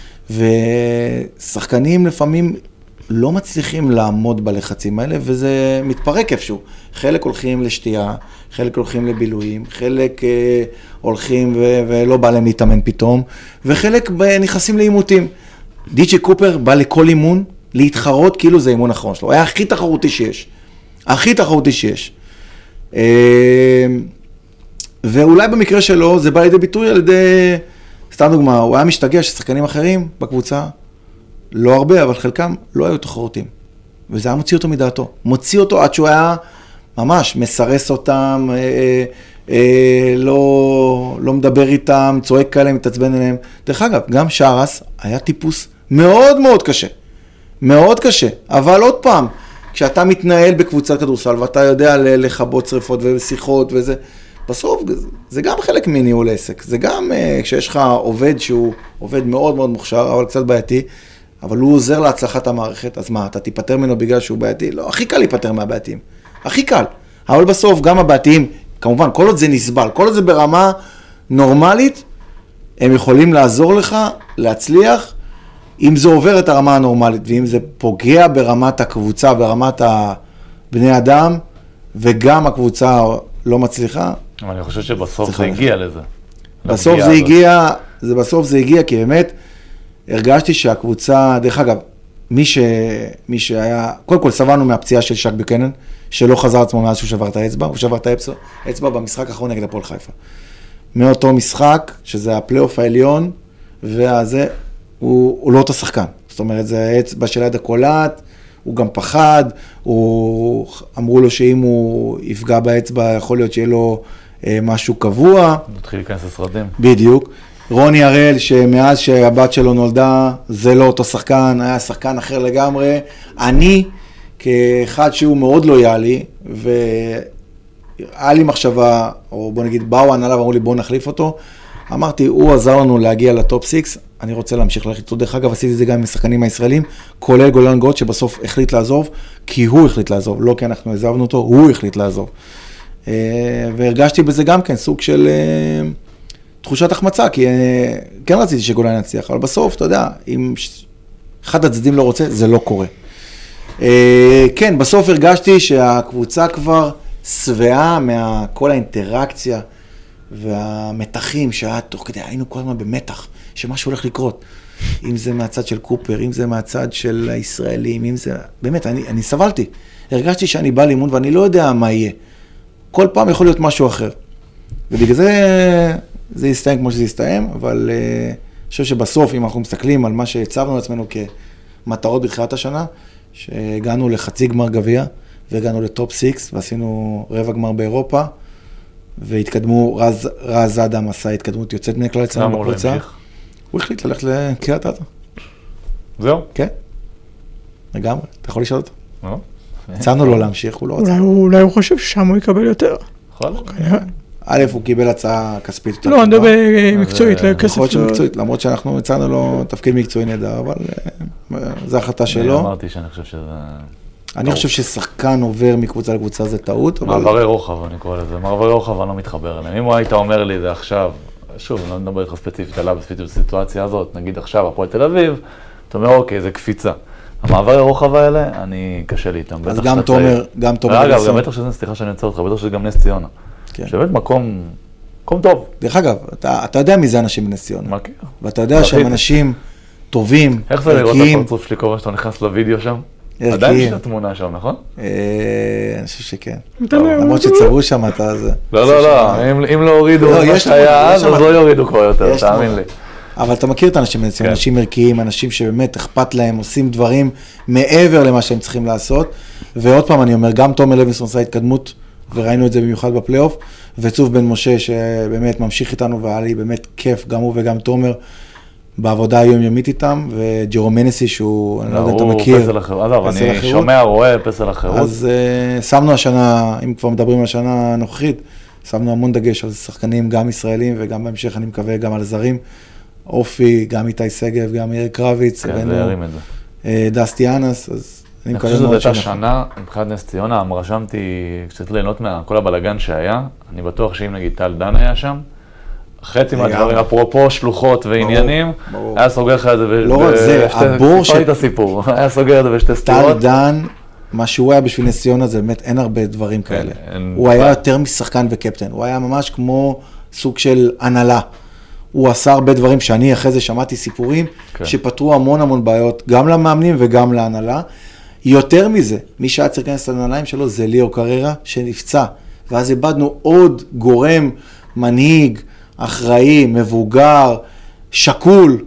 ושחקנים לפעמים לא מצליחים לעמוד בלחצים האלה, וזה מתפרק איפשהו. חלק הולכים לשתייה, חלק הולכים לבילויים, חלק אה, הולכים ו- ולא בא להם להתאמן פתאום, וחלק נכנסים לאימותים. די.ג'יי קופר בא לכל אימון להתחרות כאילו זה אימון אחרון שלו. הוא היה הכי תחרותי שיש. הכי תחרותי שיש. אה, ואולי במקרה שלו זה בא לידי ביטוי על ידי, סתם דוגמה, הוא היה משתגע ששחקנים אחרים בקבוצה, לא הרבה, אבל חלקם לא היו תחרותים. וזה היה מוציא אותו מדעתו. מוציא אותו עד שהוא היה ממש מסרס אותם, אה, אה, אה, לא, לא מדבר איתם, צועק כאלה, מתעצבן אליהם. דרך אגב, גם שרס היה טיפוס מאוד מאוד קשה. מאוד קשה. אבל עוד פעם, כשאתה מתנהל בקבוצת כדורסל, ואתה יודע לחבות שריפות ושיחות וזה, בסוף זה גם חלק מניהול עסק, זה גם כשיש לך עובד שהוא עובד מאוד מאוד מוכשר, אבל קצת בעייתי, אבל הוא עוזר להצלחת המערכת, אז מה, אתה תיפטר ממנו בגלל שהוא בעייתי? לא, הכי קל להיפטר מהבעייתיים, הכי קל, אבל בסוף גם הבעייתיים, כמובן, כל עוד זה נסבל, כל עוד זה ברמה נורמלית, הם יכולים לעזור לך להצליח, אם זה עובר את הרמה הנורמלית, ואם זה פוגע ברמת הקבוצה, ברמת הבני אדם, וגם הקבוצה לא מצליחה. אבל אני חושב שבסוף זה הגיע לזה. בסוף זה הגיע, זה בסוף זה הגיע, כי באמת, הרגשתי שהקבוצה, דרך אגב, מי, ש, מי שהיה, קודם כל סבלנו מהפציעה של שק בוקנן, שלא חזר עצמו מאז שהוא שבר את האצבע, הוא שבר את האצבע במשחק האחרון נגד הפועל חיפה. מאותו משחק, שזה הפלייאוף העליון, והזה, הוא, הוא לא אותו שחקן. זאת אומרת, זה האצבע של יד הקולט, הוא גם פחד, הוא, אמרו לו שאם הוא יפגע באצבע, יכול להיות שיהיה לו אה, משהו קבוע. נתחיל להיכנס לסרטים. בדיוק. רוני הראל, שמאז שהבת שלו נולדה, זה לא אותו שחקן, היה שחקן אחר לגמרי. אני, כאחד שהוא מאוד לויאלי, והיה לי מחשבה, או בוא נגיד, באו הנהלה ואמרו לי, בוא נחליף אותו. אמרתי, הוא עזר לנו להגיע לטופ סיקס, אני רוצה להמשיך ללכת איתו. דרך אגב, עשיתי את זה גם עם השחקנים הישראלים, כולל גולן גוט, שבסוף החליט לעזוב, כי הוא החליט לעזוב, לא כי אנחנו עזבנו אותו, הוא החליט לעזוב. והרגשתי בזה גם כן, סוג של תחושת החמצה, כי כן רציתי שגולן יצליח, אבל בסוף, אתה יודע, אם אחד הצדדים לא רוצה, זה לא קורה. כן, בסוף הרגשתי שהקבוצה כבר שבעה מכל האינטראקציה, והמתחים שהיה תוך כדי, היינו כל הזמן במתח, שמשהו הולך לקרות. אם זה מהצד של קופר, אם זה מהצד של הישראלים, אם זה... באמת, אני, אני סבלתי. הרגשתי שאני בא לאימון ואני לא יודע מה יהיה. כל פעם יכול להיות משהו אחר. ובגלל זה, זה יסתיים כמו שזה יסתיים, אבל אני חושב שבסוף, אם אנחנו מסתכלים על מה שהצבנו לעצמנו כמטרות בתחילת השנה, שהגענו לחצי גמר גביע, והגענו לטופ סיקס, ועשינו רבע גמר באירופה, והתקדמו, רז, רז אדם עשה התקדמות יוצאת מן הכלל אצלנו בקבוצה. הוא החליט ללכת לקריית אתא. זהו? כן. לגמרי, אתה יכול לשאול אותו. לא. הצענו לו להמשיך, הוא לא רצה. אולי הוא חושב ששם הוא יקבל יותר. יכול? א', הוא קיבל הצעה כספית. לא, אני מדבר מקצועית, לכסף. יכול להיות שמקצועית, למרות שאנחנו הצענו לו תפקיד מקצועי נהדר, אבל זו החלטה שלו. אני אמרתי שאני חושב שזה... אני חושב ששחקן עובר מקבוצה לקבוצה זה טעות. מעברי רוחב, אני קורא לזה. מעברי רוחב, אני לא מתחבר אליהם. אם הוא היית אומר לי זה עכשיו, שוב, אני לא מדבר איתך ספציפית עליו, ספציפית בסיטואציה הזאת, נגיד עכשיו, הפועל תל אביב, אתה אומר, אוקיי, זה קפיצה. המעברי רוחב האלה, אני קשה לי איתם. אז גם תומר, גם תומר. אגב, גם בטח שזה, סליחה שאני יוצא אותך, בטח שזה גם נס ציונה. שבאמת מקום, מקום טוב. דרך אגב, אתה יודע מי זה אנשים בנס ציונה. מכיר. ואתה יודע שהם אנשים טובים, איך זה לראות את הפרצוף שלי כל פעם שאתה נכנס לוידאו שם? עדיין יש את התמונה שם, נכון? אני חושב שכן. למרות שצברו שם את זה. לא, לא, לא, אם לא הורידו מה שהיה אז, אז לא יורידו כבר יותר, תאמין לי. אבל אתה מכיר את האנשים בנס ציונה, אנשים ערכיים, אנשים שבאמת אכפת להם, עושים דברים מעבר למה שהם צריכים לעשות. ועוד פעם אני אומר, גם תומר לוינסון עשה התקדמות, וראינו את זה במיוחד בפלייאוף, וצוף בן משה שבאמת ממשיך איתנו, והיה לי באמת כיף, גם הוא וגם תומר, בעבודה היומיומית איתם, וג'רום מנסי שהוא, אני לא יודע אם אתה מכיר. הוא פסל החירות, אגב, אני שומע, רואה פסל החירות. אז שמנו השנה, אם כבר מדברים על השנה הנוכחית, שמנו המון דגש על שחקנים גם ישראלים, וגם בהמשך אני מקווה גם על זרים. אופי, גם איתי סגב, גם יאיר קרביץ, כן, זה ירים את זה. דסטי אנס, אז אני חושב שזו הייתה שנה, מבחינת נס ציונה, רשמתי קצת ליהנות מכל הבלגן שהיה, אני בטוח שאם נגיד טל דן היה שם, חצי מהדברים, אפרופו שלוחות ועניינים, היה סוגר לך את זה בשתי... לא רק זה, הבור ש... את הסיפור, היה סוגר את זה בשתי סתירות. טל דן, מה שהוא היה בשביל נס ציונה, זה באמת אין הרבה דברים כאלה. הוא היה יותר משחקן וקפטן, הוא היה ממש כמו סוג של הנהלה. הוא עשה הרבה דברים שאני אחרי זה שמעתי סיפורים, שפתרו המון המון בעיות, גם למאמנים וגם להנהלה. יותר מזה, מי שהיה צריך להיכנס לנעליים שלו זה ליאור קררה שנפצע, ואז איבדנו עוד גורם, מנהיג, אחראי, מבוגר, שקול,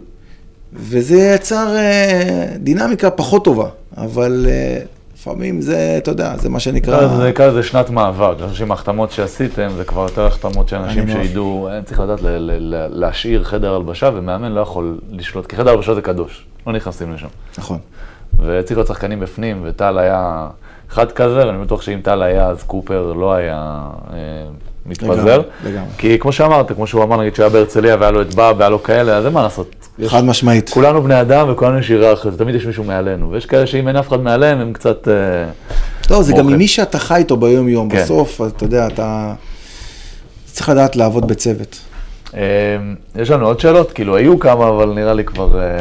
וזה יצר אה, דינמיקה פחות טובה, אבל אה, לפעמים זה, אתה יודע, זה מה שנקרא... זה נקרא, זה שנת מעבר, אני חושב שהחתמות שעשיתם, זה כבר יותר החתמות שאנשים שידעו, צריך לדעת ל- ל- ל- להשאיר חדר הלבשה, ומאמן לא יכול לשלוט, כי חדר הלבשה זה קדוש, לא נכנסים לשם. נכון. וצריך להיות שחקנים בפנים, וטל היה אחד כזה, ואני בטוח שאם טל היה, אז קופר לא היה אה, מתפזר. לגמרי, לגמרי. כי כמו שאמרת, כמו שהוא אמר, נגיד שהיה בהרצליה, והיה לו את בא, והיה לו כאלה, אז אין מה לעשות. חד יש, משמעית. כולנו בני אדם, וכולנו יש היררכיה, תמיד יש מישהו מעלינו, ויש כאלה שאם אין אף אחד מעליהם, הם קצת... אה, לא, זה גם ממי שאתה חי איתו ביום יום, כן. בסוף, אתה יודע, אתה צריך לדעת לעבוד בצוות. אה, יש לנו עוד שאלות, כאילו היו כמה, אבל נראה לי כבר... אה,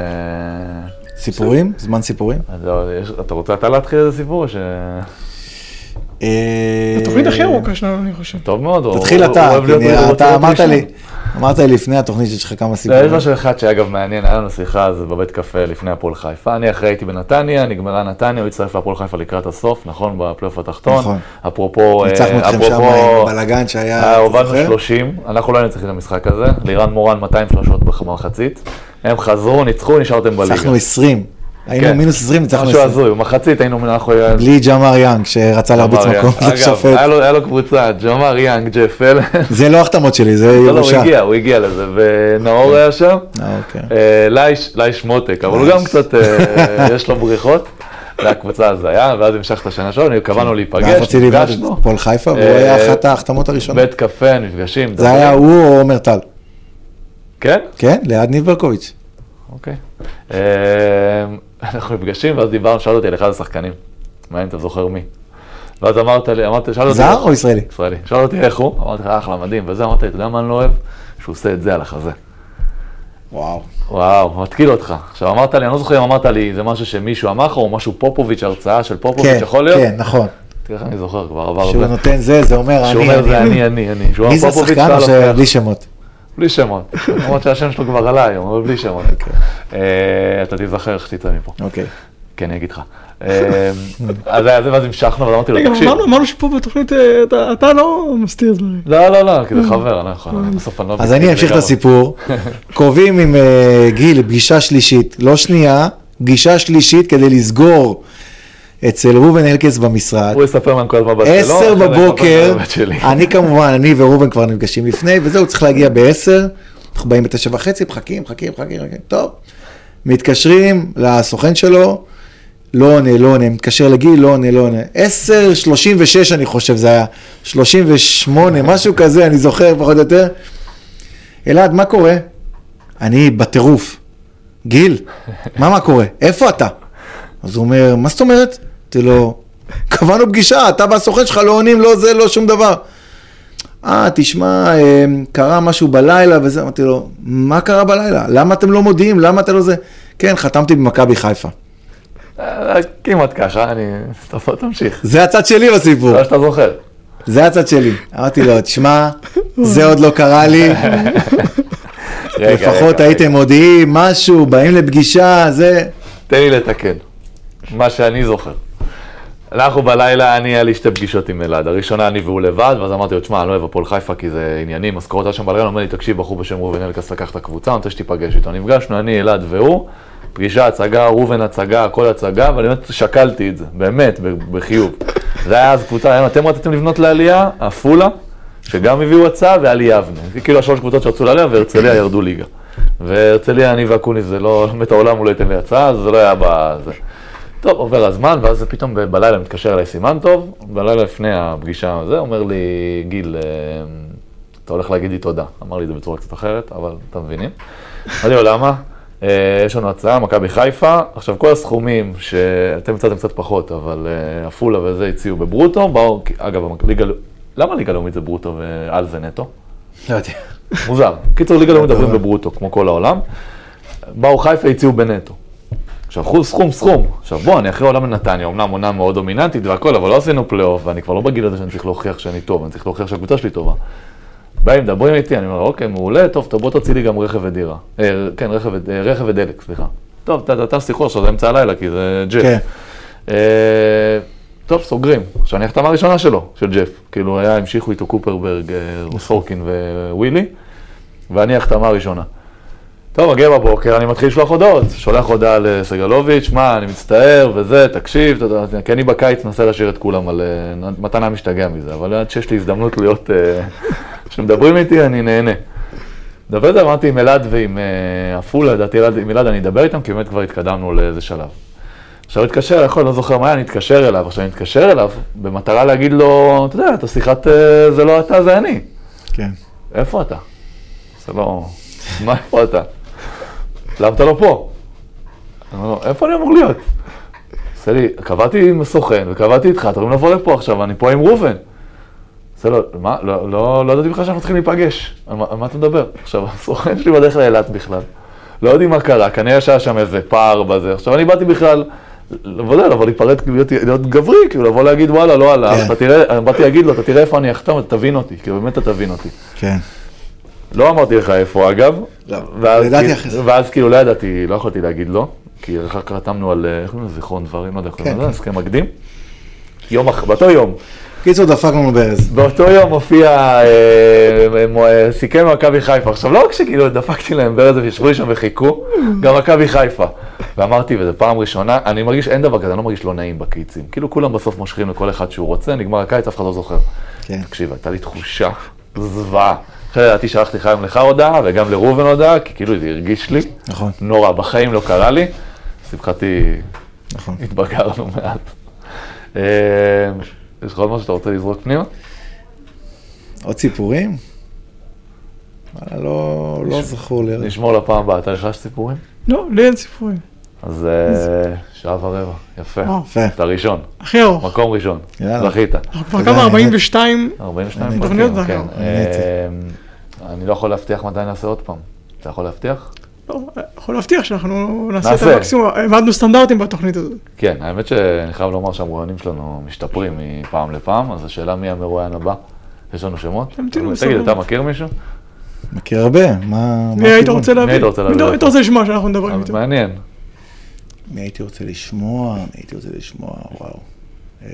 סיפורים? זמן סיפורים? אתה רוצה אתה להתחיל איזה סיפור? התוכנית הכי ארוכה שלנו, אני חושב. טוב מאוד. תתחיל אתה, אתה אמרת לי, אמרת לי לפני התוכנית שיש לך כמה סיפורים. יש משהו אחד שאגב מעניין, היה לנו שיחה אז בבית קפה לפני הפועל חיפה. אני אחרי הייתי בנתניה, נגמרה נתניה, הוא הצטרף לפועל חיפה לקראת הסוף, נכון? בפלייאוף התחתון. נכון. אפרופו, ניצחנו אתכם שם עם בלגן שהיה, הובלנו שלושים, אנחנו לא היינו צריכים את המשחק הזה, לירן מורן מאתיים שלושות במחצית. הם חזרו, ניצחו, נשארתם בליגה. ניצחנו עשרים. היינו מינוס עשרים, ניצחנו עשרים. עשרים. משהו הזוי, מחצית היינו אנחנו... בלי ג'מאר יאנג שרצה להרביץ מקום לשופט. אגב, היה לו קבוצה, ג'מאר יאנג, ג'ף אלן. זה לא החתמות שלי, זה ירושה. לא, ירושה. הוא הגיע, הוא הגיע לזה, ונאור היה שם. לייש מותק, אבל הוא גם קצת, יש לו בריחות. זה הקבוצה הזיה, ואז המשך את השנה שלנו, קבענו להיפגש, נפגשנו. פועל חיפה, והוא היה אחת ההחתמות הראשונות. בית קפה, נפגשים. זה היה הוא או עומר טל. כן? כן, ליד ניב ברקוביץ'. אוקיי. אנחנו נפגשים, ואז דיברנו, שאלת אותי על אחד השחקנים. מעניין, אתה זוכר מי? ואז אמרת לי, אמרתי, שאל אותי... זר או ישראלי? ישראלי. שאל אותי איך הוא, אמרתי לך, אחלה, מדהים, וזה אמרתי, אתה יודע מה אני לא אוהב? שהוא עושה את זה על החזה. וואו. וואו, מתקיל אותך. עכשיו אמרת לי, אני לא זוכר אם אמרת לי, זה משהו שמישהו אמר לך, או משהו פופוביץ', הרצאה של פופוביץ', יכול להיות? כן, נכון. תראה איך אני זוכר, כבר עבר שהוא נותן זה, זה אומר אני, שהוא אומר זה אני, אני, אני. מי זה השחקן או שבלי שמות? בלי שמות. למרות שהשם שלו כבר עלה היום, אבל בלי שמות. אתה תיזכר איך שתצא מפה. אוקיי. כן, אני אגיד לך. אז היה זה, ואז המשכנו, ואמרתי לו, תקשיב. רגע, אמרנו שפה בתוכנית, אתה לא מסתיר דברים. לא, לא, לא, כי זה חבר, אני לא יכול. בסוף אני לא... אז אני אמשיך את הסיפור. קובעים עם גיל פגישה שלישית, לא שנייה, פגישה שלישית כדי לסגור אצל רובן אלקס במשרד. הוא יספר להם כל הזמן בת שלו. עשר בבוקר, אני כמובן, אני ורובן כבר נפגשים לפני, וזהו, צריך להגיע בעשר, אנחנו באים בתשע וחצי, מחכים, מחכים, מחכים, מחכים, טוב. מתקשרים לסוכן שלו, לא עונה, לא עונה, מתקשר לגיל, לא עונה, לא עונה. עשר שלושים ושש אני חושב זה היה, שלושים ושמונה, משהו כזה, אני זוכר פחות או יותר. אלעד, מה קורה? אני בטירוף. גיל, מה מה קורה? איפה אתה? אז הוא אומר, מה זאת אומרת? אמרתי לו, קבענו פגישה, אתה והסוכן שלך לא עונים, לא זה, לא שום דבר. אה, תשמע, קרה משהו בלילה וזה, אמרתי לו, מה קרה בלילה? למה אתם לא מודיעים? למה אתה לא זה? כן, חתמתי במכבי חיפה. כמעט ככה, אני... טוב, תמשיך. זה הצד שלי בסיפור. זה שאתה זוכר. זה הצד שלי. אמרתי לו, תשמע, זה עוד לא קרה לי. לפחות הייתם מודיעים, משהו, באים לפגישה, זה... תן לי לתקן. מה שאני זוכר. אנחנו בלילה, אני היה לי שתי פגישות עם אלעד. הראשונה אני והוא לבד, ואז אמרתי לו, תשמע, אני לא אוהב הפועל חיפה, כי זה עניינים, משכורות היה שם בלגן, הוא אומר לי, תקשיב, בחור בשם ראובן אלקס לקח את הקבוצה, אני רוצה שתיפגש איתו. נפגשנו, אני, אלעד והוא, פגישה, הצגה, ראובן הצגה, הכל הצגה, אבל באמת שקלתי את זה, באמת, בחיוב. זה היה אז קבוצה, אתם רציתם לבנות לעלייה, עפולה, שגם הביאו הצעה, ועלי יבנה. כאילו השלוש קבוצות שרצו לעלייה, והרצליה ירדו ליגה. והרצליה, אני והקוניס, זה לא, באמת העולם הוא לא ייתן לי הצעה, אז זה לא היה בזה. טוב, עובר הזמן, ואז פתאום בלילה מתקשר אליי סימן טוב, בלילה לפני הפגישה הזה, אומר לי, גיל, אתה הולך להגיד לי תודה. אמר לי את זה בצורה קצת אחרת, אבל אתם מבינים. אמרתי לו, למה? יש לנו הצעה, מכבי חיפה, עכשיו כל הסכומים שאתם מצאתם קצת פחות, אבל עפולה וזה הציעו בברוטו, באו, אגב, ליגה, למה ליגה לאומית זה ברוטו ועל זה נטו? לא יודע. מוזר. קיצור, ליגה לאומית מדברים בברוטו, כמו כל העולם. באו חיפה הציעו בנטו. עכשיו, חוץ סכום סכום. עכשיו, בוא, אני אחרי עולם לנתניה, אמנם עונה מאוד דומיננטית והכל, אבל לא עשינו פלייאוף, ואני כבר לא בגיל הזה שאני צריך להוכיח שאני טוב, אני צריך להוכיח שהקבוצה שלי טובה. באים, מדברים איתי, אני אומר, אוקיי, מעולה, טוב, טוב, בוא תוציא לי גם רכב ודירה. אה, כן, רכב, רכב ודלק, סליחה. טוב, אתה, אתה שיחו עכשיו, זה אמצע הלילה, כי זה ג'ף. כן. אה, טוב, סוגרים. עכשיו, אני החתמה הראשונה שלו, של ג'ף. כאילו, היה, המשיכו איתו קופרברג, סורקין ווילי, ואני החתמה הראשונה. טוב, מגיע בבוקר, אני מתחיל לשלוח הודעות. שולח הודעה לסגלוביץ', מה, אני מצטער וזה, תקשיב, כי אני בקיץ מנסה להשאיר את כולם על מתנה משתגע מזה, אבל עד שיש לי הזדמנות להיות, כשמדברים איתי, אני נהנה. דבר את זה, אמרתי עם אלעד ועם עפולה, לדעתי עם אלעד אני אדבר איתם, כי באמת כבר התקדמנו לאיזה שלב. עכשיו התקשר, יכול, לא זוכר מה היה, אני אתקשר אליו, עכשיו אני אתקשר אליו, במטרה להגיד לו, אתה יודע, אתה שיחת, זה לא אתה, זה אני. כן. איפה אתה? זה לא... מה, איפה אתה? למה אתה לא פה? אני אומר, איפה אני אמור להיות? עושה לי, קבעתי עם סוכן וקבעתי איתך, אתה רואים לבוא לפה עכשיו, אני פה עם ראובן. עושה לו, מה? לא, לא, לא ידעתי בכלל שאנחנו צריכים להיפגש. על מה, על מה אתה מדבר? עכשיו, הסוכן שלי בדרך לאילת בכלל. לא יודעים מה קרה, כנראה שהיה שם איזה פער בזה. עכשיו, אני באתי בכלל לבוא, לבוא להיפרד, להיות גברי, כאילו לבוא להגיד וואלה, לא עלה, אתה תראה, באתי להגיד לו, אתה תראה איפה אני אחתום, אתה תבין אותי, כאילו באמת אתה תבין אותי. כן. לא אמרתי לך איפה אגב, ידעתי אחרי זה. ואז כאילו לא ידעתי, לא יכולתי להגיד לו, כי אחר כך חתמנו על, איך קוראים לזה, זיכרון דברים, לא יודע, קוראים לזה, הסכם מקדים. יום אחר, באותו יום. קיצור, דפק לנו ברז. באותו יום הופיע, סיכם מכבי חיפה. עכשיו, לא רק שכאילו דפקתי להם ברז וישבו לי שם וחיכו, גם מכבי חיפה. ואמרתי, וזו פעם ראשונה, אני מרגיש, אין דבר כזה, אני לא מרגיש לא נעים בקיצים. כאילו כולם בסוף מושכים לכל אחד שהוא רוצה, נגמר הקיץ, אף אחד לא זוכר. תקשיב, הייתה לי תחושה זוועה. אחרי דעתי שלחתי חיים לך הודעה, וגם לרובן הודעה, כי כאילו זה הרגיש לי. נכון. נורא, בחיים לא קרה לי. שמחתי, נכון. התבגרנו מעט. יש לך עוד משהו שאתה רוצה לזרוק פנימה? עוד סיפורים? וואלה, לא, לא זכור לי. נשמור לפעם הבאה. אתה לך סיפורים? לא, לי אין סיפורים. אז שעה ורבע, יפה. יפה. אתה ראשון. הכי ארוך. מקום ראשון. יאללה. זכית. אנחנו כבר כמה ארבעים ושתיים. ארבעים ושתיים תוכניות פרקים, כן. זכר. אני לא יכול להבטיח מתי נעשה עוד פעם. אתה יכול להבטיח? לא, יכול להבטיח שאנחנו נעשה את נעשה. המקסימום, העמדנו סטנדרטים בתוכנית הזאת. כן, האמת שאני חייב לומר שהמרואיינים שלנו משתפרים מפעם לפעם, אז השאלה מי המרואיין הבא. יש לנו שמות? תמתינו תגיד, בסדר. אתה מכיר מישהו? מכיר הרבה, מה... מי היית רוצה להביא? מי היית רוצה להביא? מי היית רוצה לשמוע שאנחנו מדברים אבל איתו? מעניין. מי הייתי רוצה לשמוע? מי הייתי רוצה לשמוע? וואו. אה,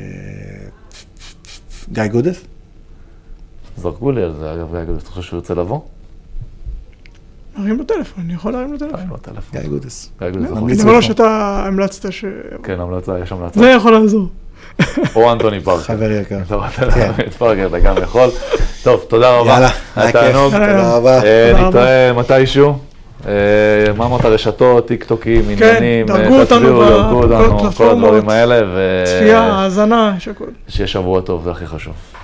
גיא גודס? זרקו לי על זה, אגב, אגב, אתה חושב שהוא ירצה לבוא? להרים לו טלפון, אני יכול להרים לו טלפון. לא, טלפון. גיא גודס. גיא גודס, ממליץ זכור. אני אומר לו שאתה המלצת ש... כן, המלצה, יש המלצה. זה יכול לעזור. או אנטוני פארקר. חבר יקר. אתה רוצה להביא את פארקר, אתה גם יכול. טוב, תודה רבה. יאללה, היה היה כיף. תענוג. תודה רבה. אה, תודה נתראה מתישהו. אה, מה אמרת, רשתות, טיק טוקים, עניינים, דרגו אה, אותנו תצביעו, בכל דרגו אותנו, כל הפלטפורמות. הדברים האלה, ו- צפייה, האזנה, יש הכל. שיהיה שבוע טוב, זה הכי חשוב.